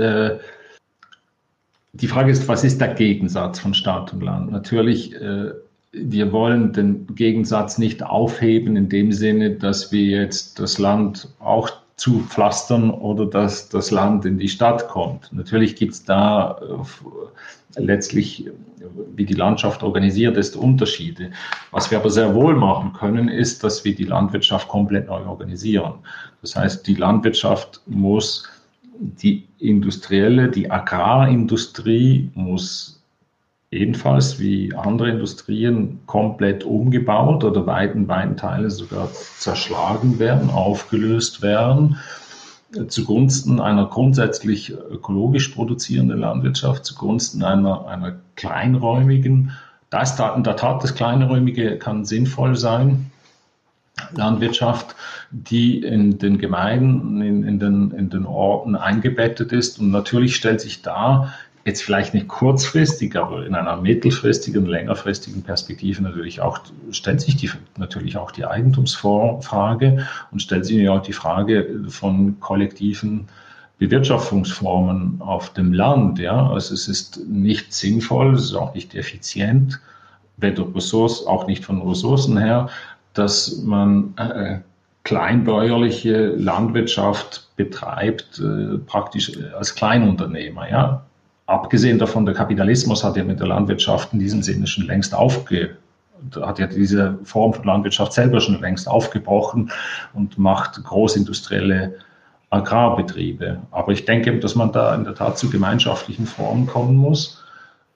die Frage ist, was ist der Gegensatz von Stadt und Land? Natürlich, wir wollen den Gegensatz nicht aufheben in dem Sinne, dass wir jetzt das Land auch zupflastern oder dass das Land in die Stadt kommt. Natürlich gibt es da letztlich, wie die Landschaft organisiert ist, Unterschiede. Was wir aber sehr wohl machen können, ist, dass wir die Landwirtschaft komplett neu organisieren. Das heißt, die Landwirtschaft muss, die Agrarindustrie muss ebenfalls wie andere Industrien komplett umgebaut oder weiten Teile sogar zerschlagen werden, aufgelöst werden, zugunsten einer grundsätzlich ökologisch produzierenden Landwirtschaft, zugunsten einer kleinräumigen, in der Tat das Kleinräumige kann sinnvoll sein, Landwirtschaft, die in den Gemeinden, in den Orten eingebettet ist. Und natürlich stellt sich da jetzt vielleicht nicht kurzfristig, aber in einer mittelfristigen, längerfristigen Perspektive stellt sich natürlich auch die Eigentumsfrage und stellt sich auch die Frage von kollektiven Bewirtschaftungsformen auf dem Land. Ja? Also es ist nicht sinnvoll, es ist auch nicht effizient, auch nicht von Ressourcen her, dass man kleinbäuerliche Landwirtschaft betreibt, praktisch als Kleinunternehmer. Ja? Abgesehen davon, der Kapitalismus hat ja mit der Landwirtschaft in diesem Sinne schon längst hat ja diese Form von Landwirtschaft selber schon längst aufgebrochen und macht großindustrielle Agrarbetriebe. Aber ich denke, dass man da in der Tat zu gemeinschaftlichen Formen kommen muss.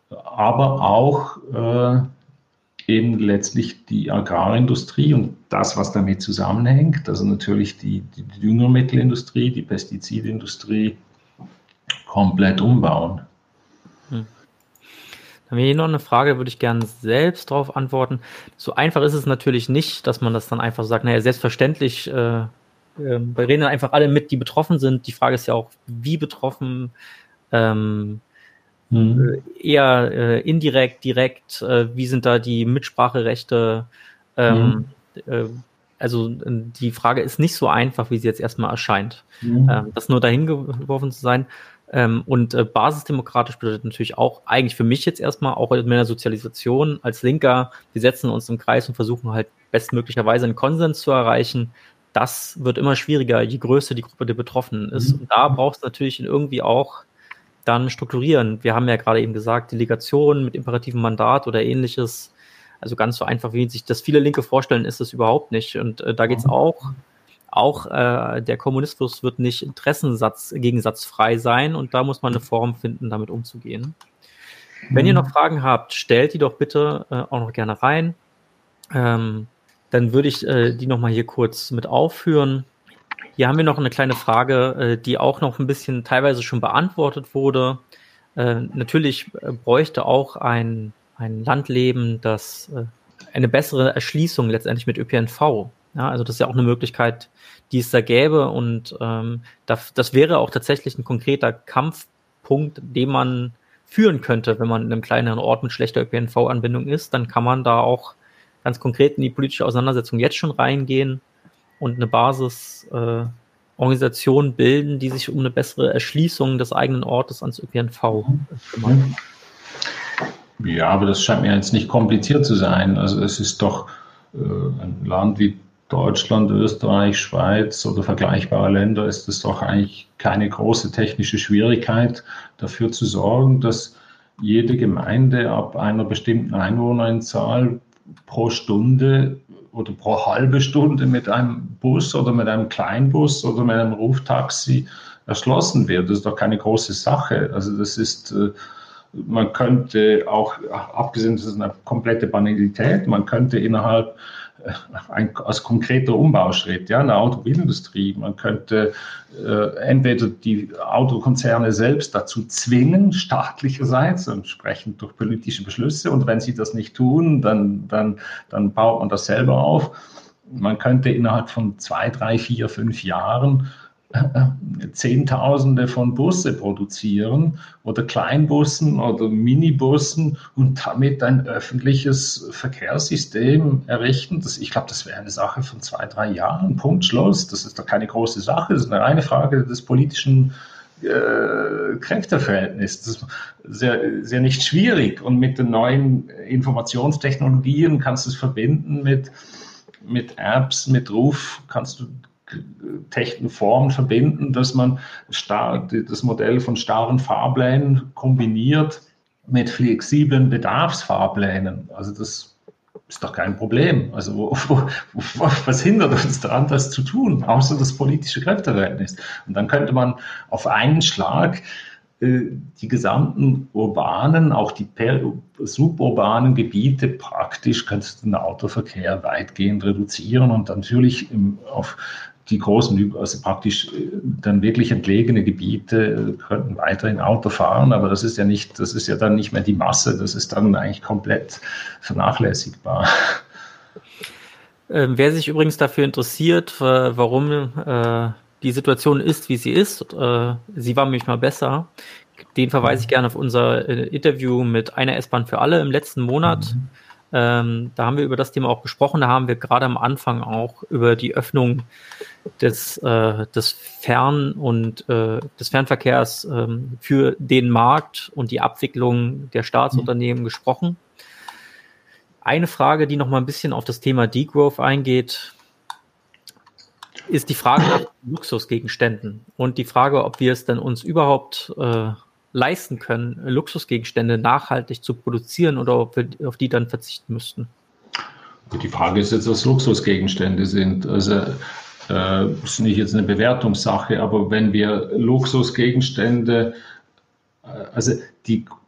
aber auch eben letztlich die Agrarindustrie und das, was damit zusammenhängt, also natürlich die Düngermittelindustrie, die Pestizidindustrie komplett umbauen. Dann haben wir hier noch eine Frage, da würde ich gerne selbst darauf antworten. So einfach ist es natürlich nicht, dass man das dann einfach sagt, naja, selbstverständlich, wir reden dann einfach alle mit, die betroffen sind. Die Frage ist ja auch, wie betroffen, eher indirekt, direkt, wie sind da die Mitspracherechte? Also die Frage ist nicht so einfach, wie sie jetzt erstmal erscheint. Das nur dahin geworfen zu sein. Und basisdemokratisch bedeutet natürlich auch, eigentlich für mich jetzt erstmal, auch in meiner Sozialisation als Linker, wir setzen uns im Kreis und versuchen halt bestmöglicherweise einen Konsens zu erreichen. Das wird immer schwieriger, je größer die Gruppe der Betroffenen ist. Und da braucht es natürlich irgendwie auch dann strukturieren. Wir haben ja gerade eben gesagt, Delegation mit imperativem Mandat oder ähnliches. Also ganz so einfach, wie sich das viele Linke vorstellen, ist es überhaupt nicht. Und da geht es auch der Kommunismus wird nicht gegensatzfrei sein und da muss man eine Form finden, damit umzugehen. Wenn ihr noch Fragen habt, stellt die doch bitte auch noch gerne rein. Dann würde ich die nochmal hier kurz mit aufführen. Hier haben wir noch eine kleine Frage, die auch noch ein bisschen teilweise schon beantwortet wurde. Natürlich bräuchte auch ein Landleben, das eine bessere Erschließung letztendlich mit ÖPNV. Ja, also das ist ja auch eine Möglichkeit, die es da gäbe und das wäre auch tatsächlich ein konkreter Kampfpunkt, den man führen könnte, wenn man in einem kleineren Ort mit schlechter ÖPNV-Anbindung ist, dann kann man da auch ganz konkret in die politische Auseinandersetzung jetzt schon reingehen und eine Basisorganisation bilden, die sich um eine bessere Erschließung des eigenen Ortes ans ÖPNV kümmert. Ja, aber das scheint mir jetzt nicht kompliziert zu sein. Also es ist doch ein Land wie Deutschland, Österreich, Schweiz oder vergleichbare Länder, ist es doch eigentlich keine große technische Schwierigkeit, dafür zu sorgen, dass jede Gemeinde ab einer bestimmten Einwohnerzahl pro Stunde oder pro halbe Stunde mit einem Bus oder mit einem Kleinbus oder mit einem Ruftaxi erschlossen wird. Das ist doch keine große Sache. Also das ist, man könnte auch, abgesehen, das ist eine komplette Banalität, man könnte innerhalb als konkreter Umbauschritt, ja, eine Automobilindustrie. Man könnte entweder die Autokonzerne selbst dazu zwingen, staatlicherseits, entsprechend durch politische Beschlüsse, und wenn sie das nicht tun, dann baut man das selber auf. Man könnte innerhalb von 2, 3, 4, 5 Jahren Zehntausende von Busse produzieren oder Kleinbussen oder Minibussen und damit ein öffentliches Verkehrssystem errichten. Ich glaube, das wäre eine Sache von 2, 3 Jahren. Punkt, Schluss. Das ist doch keine große Sache. Das ist eine reine Frage des politischen Kräfteverhältnisses. Das ist sehr, sehr nicht schwierig. Und mit den neuen Informationstechnologien kannst du es verbinden mit Apps, mit Ruf, kannst du Formen verbinden, dass man das Modell von starren Fahrplänen kombiniert mit flexiblen Bedarfsfahrplänen. Also das ist doch kein Problem. Also was hindert uns daran, das zu tun, außer das politische Kräfteverhältnis? Und dann könnte man auf einen Schlag die gesamten urbanen, auch die suburbanen Gebiete praktisch, könnte den Autoverkehr weitgehend reduzieren und natürlich auf die großen, also praktisch dann wirklich entlegene Gebiete könnten weiterhin Auto fahren, aber das ist ja dann nicht mehr die Masse, das ist dann eigentlich komplett vernachlässigbar. Wer sich übrigens dafür interessiert, warum die Situation ist, wie sie ist, sie war nämlich mal besser, den verweise ich gerne auf unser Interview mit einer S-Bahn für alle im letzten Monat. Da haben wir über das Thema auch gesprochen. Da haben wir gerade am Anfang auch über die Öffnung des Fernverkehrs für den Markt und die Abwicklung der Staatsunternehmen gesprochen. Eine Frage, die noch mal ein bisschen auf das Thema Degrowth eingeht, ist die Frage nach Luxusgegenständen und die Frage, ob wir es denn uns überhaupt leisten können, Luxusgegenstände nachhaltig zu produzieren oder ob wir auf die dann verzichten müssten. Die Frage ist jetzt, was Luxusgegenstände sind. Also das ist nicht jetzt eine Bewertungssache, aber wenn wir Luxusgegenstände, also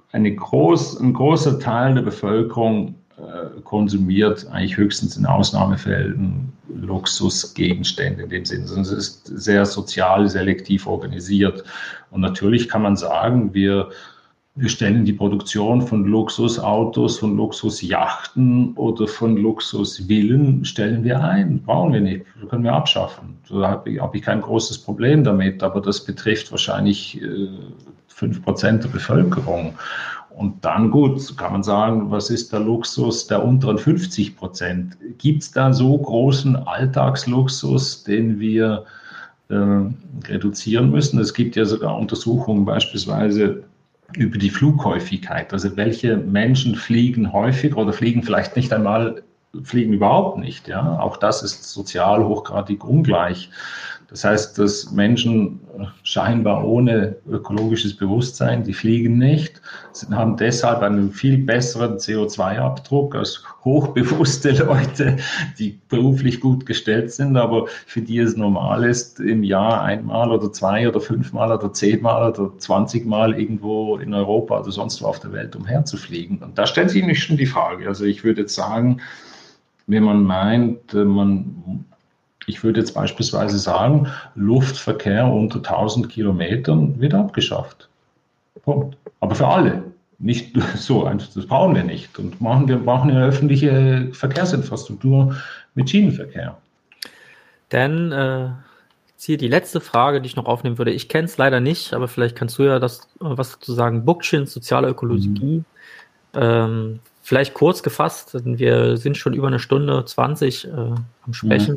ein großer Teil der Bevölkerung konsumiert eigentlich höchstens in Ausnahmefällen Luxusgegenstände in dem Sinne. Es ist sehr sozial selektiv organisiert. Und natürlich kann man sagen, wir stellen die Produktion von Luxusautos, von Luxusjachten oder von Luxusvillen, stellen wir ein. Brauchen wir nicht, können wir abschaffen. Da habe ich kein großes Problem damit, aber das betrifft wahrscheinlich 5% der Bevölkerung. Und dann gut, kann man sagen, was ist der Luxus der unteren 50%? Gibt es da so großen Alltagsluxus, den wir reduzieren müssen? Es gibt ja sogar Untersuchungen beispielsweise über die Flughäufigkeit. Also welche Menschen fliegen häufig oder fliegen vielleicht nicht einmal, fliegen überhaupt nicht. Ja? Auch das ist sozial hochgradig ungleich. Das heißt, dass Menschen scheinbar ohne ökologisches Bewusstsein, die fliegen nicht, haben deshalb einen viel besseren CO2-Abdruck als hochbewusste Leute, die beruflich gut gestellt sind, aber für die es normal ist, im Jahr einmal oder 2 oder 5-mal oder 10-mal oder 20-mal irgendwo in Europa oder sonst wo auf der Welt umherzufliegen. Und da stellt sich nicht schon die Frage. Also ich würde jetzt sagen, wenn man meint, ich würde jetzt beispielsweise sagen, Luftverkehr unter 1000 Kilometern wird abgeschafft. Punkt. Aber für alle. Nicht so, das brauchen wir nicht. Und wir brauchen eine öffentliche Verkehrsinfrastruktur mit Schienenverkehr. Dann hier die letzte Frage, die ich noch aufnehmen würde. Ich kenne es leider nicht, aber vielleicht kannst du ja was dazu sagen. Bookchin, soziale Ökologie. Vielleicht kurz gefasst, denn wir sind schon über 1:20 am Sprechen.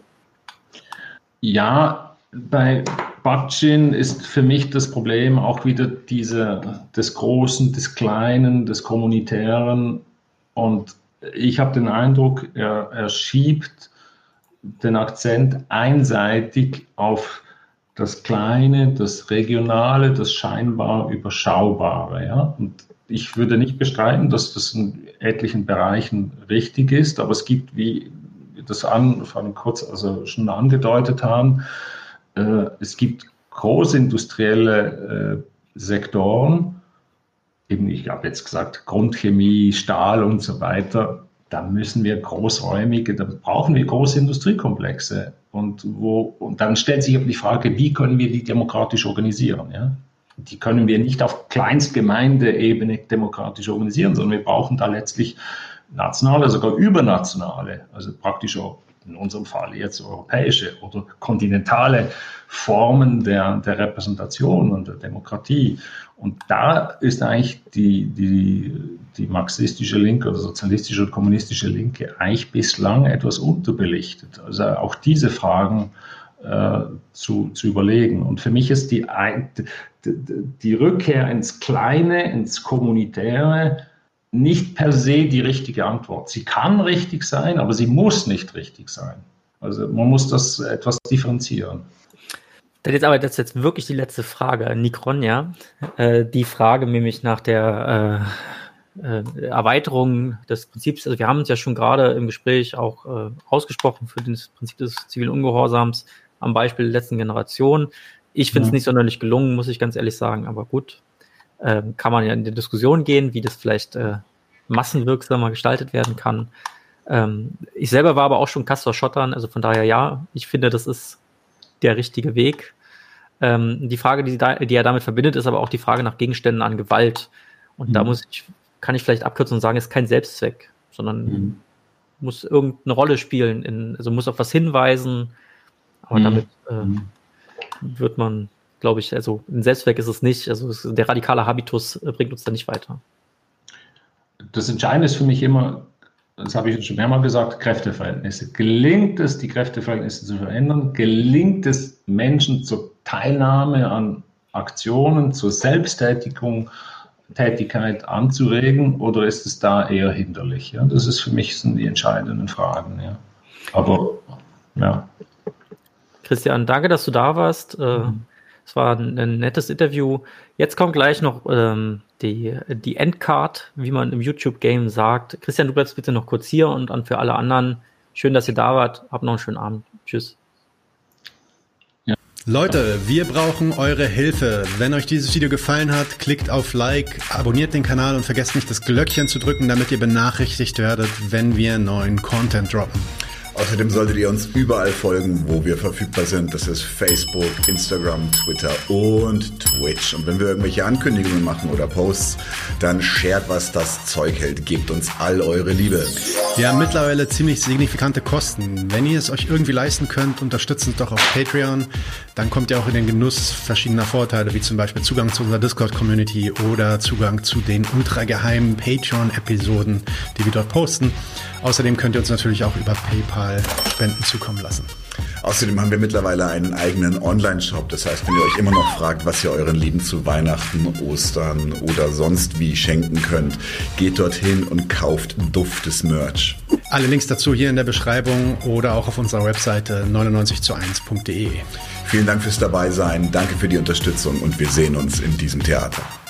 Ja, bei Bookchin ist für mich das Problem auch wieder des Großen, des Kleinen, des Kommunitären. Und ich habe den Eindruck, er schiebt den Akzent einseitig auf das Kleine, das Regionale, das scheinbar Überschaubare. Ja? Und ich würde nicht bestreiten, dass das in etlichen Bereichen richtig ist, aber es gibt, wie das schon angedeutet haben, es gibt großindustrielle Sektoren, eben ich habe jetzt gesagt Grundchemie, Stahl und so weiter, da müssen wir da brauchen wir große Industriekomplexe. Und dann stellt sich aber die Frage, wie können wir die demokratisch organisieren? Ja? Die können wir nicht auf Kleinstgemeindeebene demokratisch organisieren, sondern wir brauchen da letztlich nationale, sogar übernationale, also praktisch auch in unserem Fall jetzt europäische oder kontinentale Formen der Repräsentation und der Demokratie. Und da ist eigentlich die marxistische Linke oder sozialistische und kommunistische Linke eigentlich bislang etwas unterbelichtet. Also auch diese Fragen zu überlegen. Und für mich ist die Rückkehr ins Kleine, ins Kommunitäre nicht per se die richtige Antwort. Sie kann richtig sein, aber sie muss nicht richtig sein. Also man muss das etwas differenzieren. Das ist jetzt wirklich die letzte Frage, Nikron, ja. Die Frage nämlich nach der Erweiterung des Prinzips, also wir haben uns ja schon gerade im Gespräch auch ausgesprochen für das Prinzip des zivilen Ungehorsams am Beispiel der letzten Generation. Ich finde es nicht sonderlich gelungen, muss ich ganz ehrlich sagen, aber gut. Kann man ja in die Diskussion gehen, wie das vielleicht massenwirksamer gestaltet werden kann. Ich selber war aber auch schon Castor Schottern, also von daher ja, ich finde, das ist der richtige Weg. Die Frage, die er damit verbindet, ist aber auch die Frage nach Gegenständen an Gewalt. Und da kann ich vielleicht abkürzen und sagen, ist kein Selbstzweck, sondern muss irgendeine Rolle spielen, also muss auf was hinweisen, aber damit wird man, glaube ich, also ein Selbstzweck ist es nicht, also der radikale Habitus bringt uns da nicht weiter. Das Entscheidende ist für mich immer, das habe ich schon mehrmals gesagt, Kräfteverhältnisse. Gelingt es, die Kräfteverhältnisse zu verändern? Gelingt es, Menschen zur Teilnahme an Aktionen, zur Selbsttätigkeit anzuregen, oder ist es da eher hinderlich? Ja, das ist für mich sind die entscheidenden Fragen. Ja. Aber ja. Christian, danke, dass du da warst. Es war ein nettes Interview. Jetzt kommt gleich noch die Endcard, wie man im YouTube-Game sagt. Christian, du bleibst bitte noch kurz hier und dann für alle anderen, schön, dass ihr da wart. Habt noch einen schönen Abend. Tschüss. Leute, wir brauchen eure Hilfe. Wenn euch dieses Video gefallen hat, klickt auf Like, abonniert den Kanal und vergesst nicht das Glöckchen zu drücken, damit ihr benachrichtigt werdet, wenn wir neuen Content droppen. Außerdem solltet ihr uns überall folgen, wo wir verfügbar sind. Das ist Facebook, Instagram, Twitter und Twitch. Und wenn wir irgendwelche Ankündigungen machen oder Posts, dann shared, was das Zeug hält. Gebt uns all eure Liebe. Wir haben mittlerweile ziemlich signifikante Kosten. Wenn ihr es euch irgendwie leisten könnt, unterstützt uns doch auf Patreon. Dann kommt ihr auch in den Genuss verschiedener Vorteile, wie zum Beispiel Zugang zu unserer Discord-Community oder Zugang zu den ultrageheimen Patreon-Episoden, die wir dort posten. Außerdem könnt ihr uns natürlich auch über PayPal Spenden zukommen lassen. Außerdem haben wir mittlerweile einen eigenen Online-Shop. Das heißt, wenn ihr euch immer noch fragt, was ihr euren Lieben zu Weihnachten, Ostern oder sonst wie schenken könnt, geht dorthin und kauft duftes Merch. Alle Links dazu hier in der Beschreibung oder auch auf unserer Webseite 99zu1.de. Vielen Dank fürs Dabeisein, danke für die Unterstützung und wir sehen uns in diesem Theater.